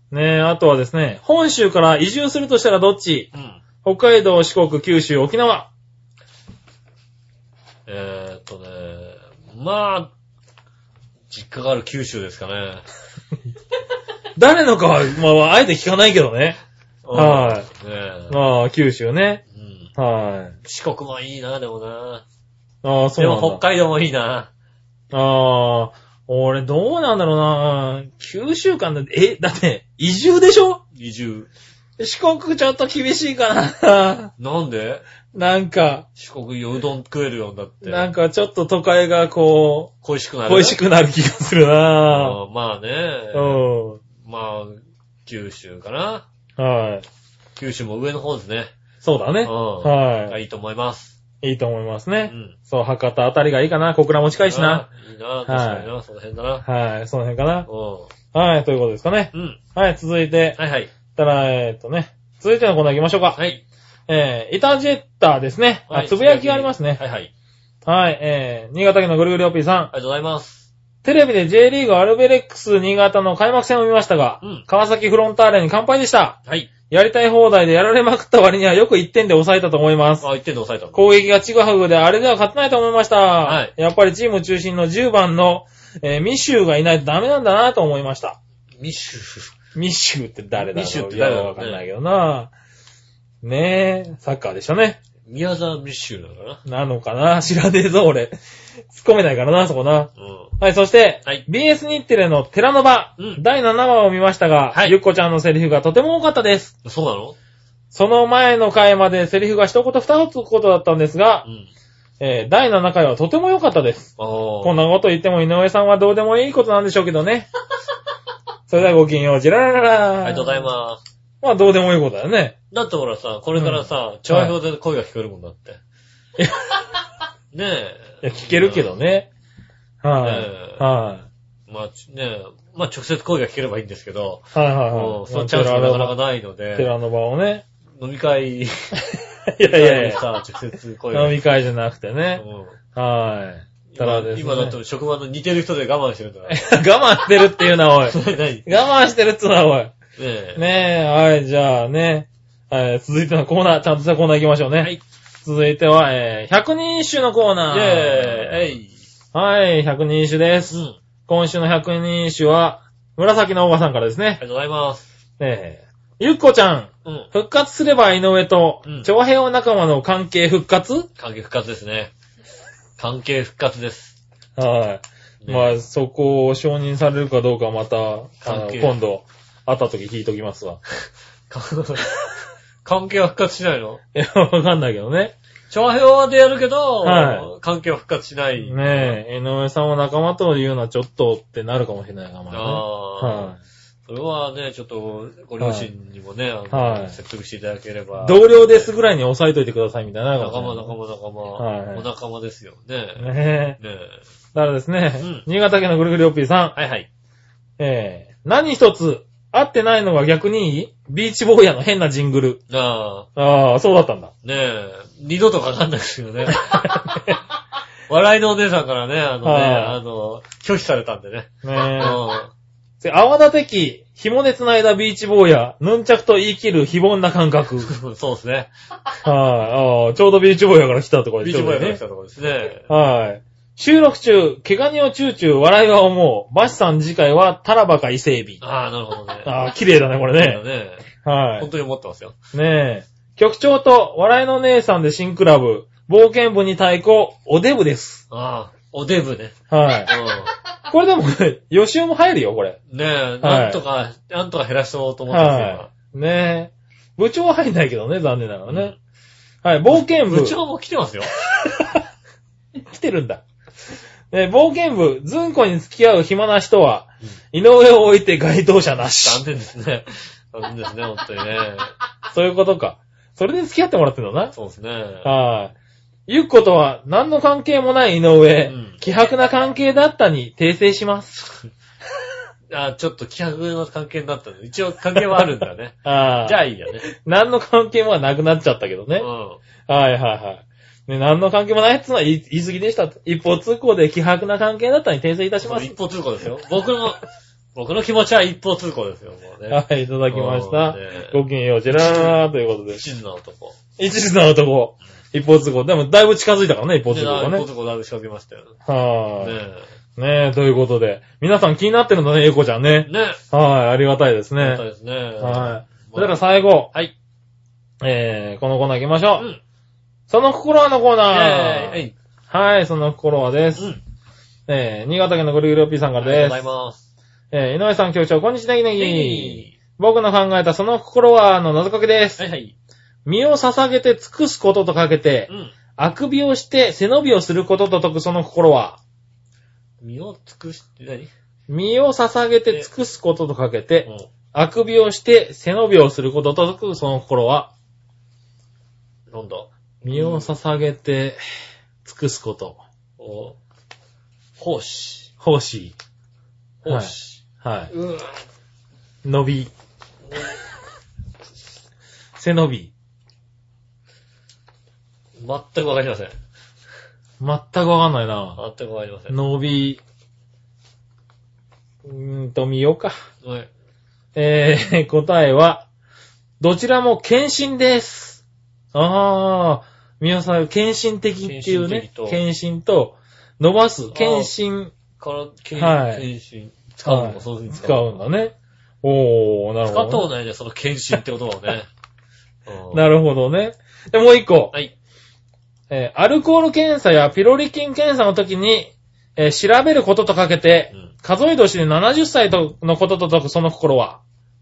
ねえ、あとはですね、本州から移住するとしたらどっち？うん。北海道、四国、九州、沖縄。 えーっとね、まあ、実家がある九州ですかね。 誰のかは、まあ、あえて聞かないけどね。はい。ねまあ、九州ね。うん。はい。 四国もいいな、でもな。 ああ、そうなんだ。 でも北海道もいいな。 ああ、俺どうなんだろうな。九州間で、え、だって、移住でしょ？ 移住。 四国ちょっと厳しいかな。 なんで？ なんか。 四国うどん食えるようになって。 なんかちょっと都会がこう、 恋しくなる。 恋しくなる気がするな。 あまあね。 うん。 まあ、九州かな。 はい。 九州も上の方ですね。 そうだね。うん。はい。いいと思います。 いいと思いますね。うん。そう、博多あたりがいいかな。小倉も近いしな。 いいな、確かにな、その辺だな。 はい、その辺かな。うん。はい、ということですかね。うん。はい、続いて。 はいはい。 たら、えーっとね、続いてのコーナー行きましょうか。 はい。 えー、イタジェッターですね。はい、あ、つぶやきがありますね。 はいはい。 はい、えー、新潟県のぐるぐるおっぴーさん。 ありがとうございます。 テレビで J リーグアルベレックス新潟の開幕戦を見ましたが、うん、川崎フロンターレに完敗でした。はい。やりたい放題でやられまくった割にはよくいってんで抑えたと思います。 あ、いってんで抑えた。 攻撃がちぐはぐであれでは勝てないと思いました。はい。やっぱりチーム中心のじゅうばんの、えー、ミシューがいないとダメなんだなと思いました。 ミシューミシューって誰だろう。 ミシューって誰だろう、 ね、わかんないけどな。ねえ、サッカーでしたね。 宮沢ミシューなのかななのかな知らねえぞ、俺。突っ込めないからな、そこな。うん、はい、そして、はい、ビーエス 日テレのテラノバ、うん、だいななわを見ましたが、はい、ゆっこちゃんのセリフがとても多かったです。 そうなの？ その前の回までセリフが一言二つことだったんですが、うんえー、だいななかいはとても良かったです。こんなこと言っても井上さんはどうでもいいことなんでしょうけどね。それではごきげんよう、ジララララ。 ありがとうございます。 まあどうでもいいことだよね。 だってほらさ、これからさ、調和表で声が聞こえるもんだって。ねえ。 いや、聞けるけどね。はい、はい。 まあ、ねえ、まあ直接声が聞ければいいんですけど、 はいはいはい。 そのチャンスがなかなかないので。 テラノバをね。 飲み会。いやいやいや。 さ、直接声が。 飲み会じゃなくてね。うん、はい。 ただですね。今だって職場の似てる人で我慢してるんだから。 我慢してるっていうのはおい。 何我慢してるってのはおい。ねえ。 ねえ、はい、じゃあね。はい、続いてのコーナー、ちゃんとしたコーナー行きましょうね。はい。続いては、えー、ひゃくにん一首のコーナー。イェーイ。えい。はい、ひゃくにん一首です。うん。今週のひゃくにん一首は、紫のおばさんからですね。ありがとうございます。 えー、ゆっこちゃん。うん。復活すれば井上と、うん。長平仲間の関係復活？ 関係復活ですね。関係復活です。 はい。ね、まあ、そこを承認されるかどうかまた、あの、今度、会った時聞いときますわ。 関係は復活しないの？ いや、わかんないけどね。 長平でやるけど、はい、関係は復活しない。 ねえ、井上さんは仲間というのはちょっとってなるかもしれないから、ね。ああ。はい。 それはね、ちょっと、ご両親にもね、はいあのはい、説得していただければ。 同僚ですぐらいに押さえといてくださいみたいな。 仲間、仲間、仲間。はい。お仲間ですよね。ねえ。 ねえ。だからですね、うん、新潟県のぐるぐるおっぴーさん。はいはい。 えー、何一つ、合ってないのが逆にいい？ビーチ坊やの変なジングル。 ああ。 ああ、そうだったんだ。 ねえ。二度とかかんないですよね。笑いのお姉さんからね、あのね、あの、拒否されたんでね。 ねえ。うん、泡立て器、紐で繋いだビーチ坊や、ヌンチャクと言い切る非凡な感覚。 そうですね。 はい、あ。ちょうどビーチ坊やから来たところですね。 ビーチ坊やから来たところですね。 はい。収録中、毛ガニをチューチュー笑いは思う。バシさん次回はタラバか伊勢海老。 ああ、なるほどね。 ああ、綺麗だね、これね。 綺麗だね。 はい。 本当に思ってますよ。 ねえ。局長と笑いの姉さんで新クラブ、冒険部に対抗、おデブです。 ああ、おデブね。 はい。うん、これでも、予習も入るよ、これ。 ねえ、なんとか、はい、なんとか減らしそうと思ってますよ。はい。 ねえ。部長は入んないけどね、残念ながらね。うん、はい、冒険部。 部長も来てますよ。 来てるんだ。ね、冒険部、ずんこに付き合う暇な人は、うん、井上を置いて該当者なし。 残念ですね。残念ですね、ほんとにね。 そういうことか。それで付き合ってもらってんだな。 そうですね。 はい。ゆっことは、何の関係もない井上、うん、希薄な関係だったに訂正します。 あ、ちょっと希薄な関係になったね。一応関係はあるんだね。 あじゃあいいよね。 何の関係もなくなっちゃったけどね。うん。はいはいはい。ね、何の関係もないってのは言い、言い過ぎでした。一方通行で希薄な関係だったに訂正いたします。 一方通行ですよ。僕の、僕の気持ちは一方通行ですよ、もうね。 はい、いただきました。ね、ごきげんよう、ジェラーということで。 一途な男。 一途な男。一方通行。でも、だいぶ近づいたからね、一方通行ね。 一方通行だいぶ近づきましたよ。 はぁ。ねえ。ねえ、ということで。皆さん気になってるんだね、ゆうこちゃんね。 ねはい、ありがたいですね。 ありがたいですね。 はい。それから最後。 はい。 えー、このコーナー行きましょう。うん。その心はのコーナー。はい、その心はです。うん。えー、新潟県のぐるぐるおっぴーさんからです。 ありがとうございます。 えー、井上さん局長、こんにちは、ネギネギ。僕の考えたその心はの謎かけです。 はいはい。 身を捧げて尽くすこととかけて、うん、あくびをして背伸びをすることと解くその心は。 身を尽くして何？ 身を捧げて尽くすこととかけて、うん、あくびをして背伸びをすることと解くその心は。 なんだ？ 身を捧げて尽くすこと。 お奉仕。 奉仕。 奉仕。 はい。はい、 うわ。 伸び。 背伸び。 全くわかりません。 全くわかんないな。 全くわかりません。 伸び。うーんと、見ようか。 はい。 えー、答えは、どちらも献身です。あー、皆さん、献身的っていうね。献身と、伸ばす。献身。 から、献身。 はい。 献身。使うのもそういうふうに使う。使うんだね。おー、なるほど、ね。 使ったことないね、その献身って言葉をね。 なるほどね。で、もう一個。 はい。 えー、アルコール検査やピロリ菌検査の時に、えー、調べることとかけて、うん、数え年でななじゅっさいとのことと解くその心は。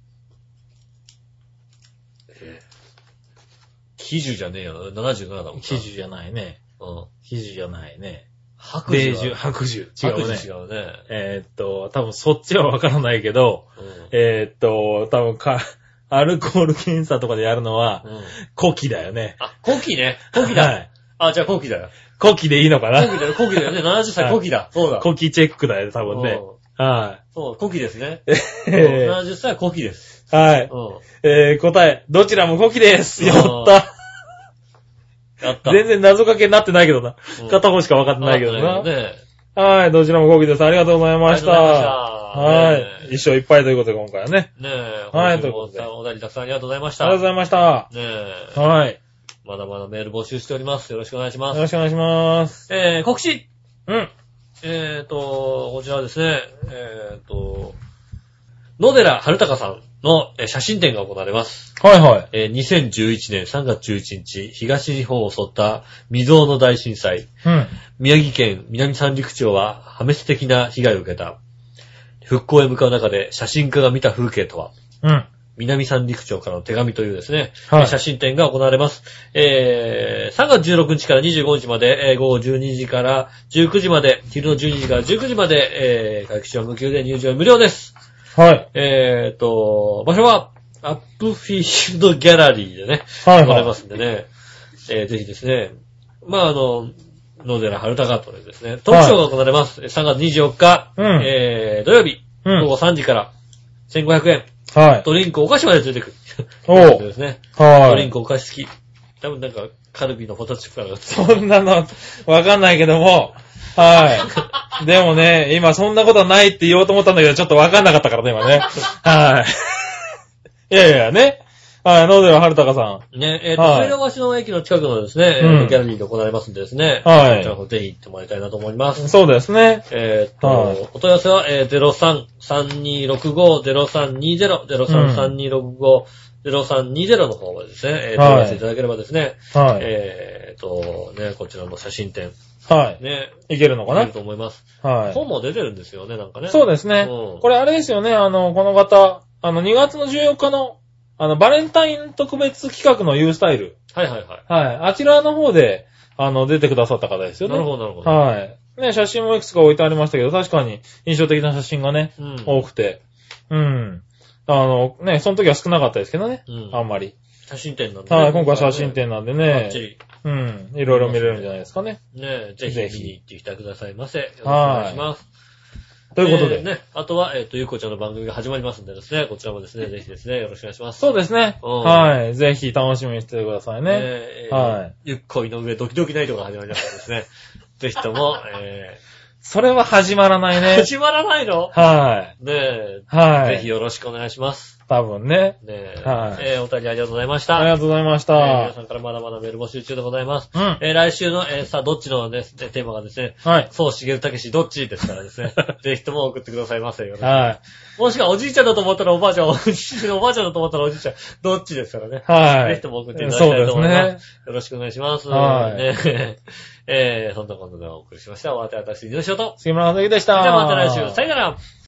えー、喜寿じゃねえよな。ななじゅうななだもんな。 喜寿じゃないね。 うん。 喜寿じゃないね。 白寿。 白寿。違うね。 違うね。 えー、っと、多分そっちはわからないけど、うん、えー、っと、多分か、アルコール検査とかでやるのは、うん、古希だよね。 あ、古希ね。古希だ。はい。あ、じゃあ古希だよ。 古希でいいのかな。 古希だよ、古希だよね。ななじゅっさい古希だ。はい、そうだ。 古希チェックだよ、多分ね。はい。 そう、古希ですね。えー、ななじゅっさいは古希です。 はい。うん、えー、答え、どちらも古希です。やった。 やった。 全然謎かけになってないけどな。うん、片方しか分かってないけどな。ね、はい、どちらも古希です。ありがとうございました。ありがとうございました。はい。一生いっぱいということで今回はね。 ねえ。 はい、ということで。 お題たくさんありがとうございました。 ありがとうございました。 ねえ。 はい。 まだまだメール募集しております。よろしくお願いします。 よろしくお願いします。 えー、告知。 うん。 えーと、こちらですね。えーと、野寺春隆さんの写真展が行われます。 はいはい。 えー、にせんじゅういちねんさんがつじゅういちにち、東日本を襲った未曾有の大震災。 うん。 宮城県南三陸町は破滅的な被害を受けた。復興へ向かう中で写真家が見た風景とは。 うん。 南三陸町からの手紙というですね、 はい、 写真展が行われます。えー、さんがつじゅうろくにちからにじゅうごにちまで、えー、午後じゅうにじからじゅうくじまで、昼のじゅうにじからじゅうくじまで、えー、会期中は無給で入場無料です。 はい。 えーと、場所は、アップフィールドギャラリーでね、 はい、はい。 行われますんでね、えー、ぜひですね、まあ、あの、野寺春隆というですね、トークショーが行われます。はい、さんがつにじゅうよっか、 うん、 えー、土曜日、 うん、 午後さんじからせんごひゃくえん。 はい。 ドリンクお菓子までついてくる。 おう。 ですね。 はい。 ドリンクお菓子付き。多分なんか、カルビのポテトチップがそんなの、わかんないけども、はい。でもね、今そんなことはないって言おうと思ったんだけど、ちょっとわかんなかったからね、今ね。はい。いやいやね。はい、野寺春隆さん。 ね、えっ、ー、と、はい、橋の駅の近くのですね、うん、ギャラリーで行われますんでですね。 はい。 ぜひ行ってもらいたいなと思います。 そうですね。 えっ、ー、と、はい、お問い合わせは、えー、ゼロさん さんにろくご ゼロさんにゼロ ゼロさん さんにろくご ゼロさんにゼロの方までですね、えー、問い合わせいただければですね。 はい。 えっ、ー、と、ね、こちらの写真展。 はい。 ね。 いけるのかな？ いけると思います。 はい。 本も出てるんですよね、なんかね。 そうですね。うん、これあれですよね、あの、この方、あの、にがつのじゅうよっかの、あの、バレンタイン特別企画の U スタイル。 はいはいはい。 はい。あちらの方で、あの、出てくださった方ですよね。 なるほどなるほど。 はい。ね、写真もいくつか置いてありましたけど、確かに印象的な写真がね、うん、多くて。うん。あの、ね、その時は少なかったですけどね。うん。あんまり。 写真展なんでね。 はい、今回写真展なんでね。 バッチリ。 うん。いろいろ見れるんじゃないですかね。 ね、ぜひぜひ見に行ってきてくださいませ。よろしくお願いします。 ということで。 えー、ね。あとは、えっ、ー、と、ゆうこちゃんの番組が始まりますんでですね、こちらもですね、ぜひですね、よろしくお願いします。 そうですね。はい。ぜひ楽しみにしててくださいね。 えー、はい。ゆっこいの上ドキドキナイトが始まりましたんですね。ぜひとも、えー、 それは始まらないね。 始まらないの？ はい。 ねえ。 はい。 ぜひよろしくお願いします。 多分ね。 ねえ。 はい。 えー、お便りありがとうございました。 ありがとうございました。 えー、皆さんからまだまだメール募集中でございます。 うん。 えー、来週の、えー、さあ、どっちのね、テーマがですね。 はい。 そう、しげるたけしどっちですからですね。ぜひとも送ってくださいませよ。 はい。 もしくはおじいちゃんだと思ったらおばあちゃん、おじいちゃん、おばあちゃんだと思ったらおじいちゃん、どっちですからね。 はい。 ぜひとも送っていただきたいと思います。 そうですね。 よろしくお願いします。 はい。 ねえー、そんなことでお送りしました。おわてわたし、井上翔と。 杉村和之でした。 じゃあまた来週。さよなら。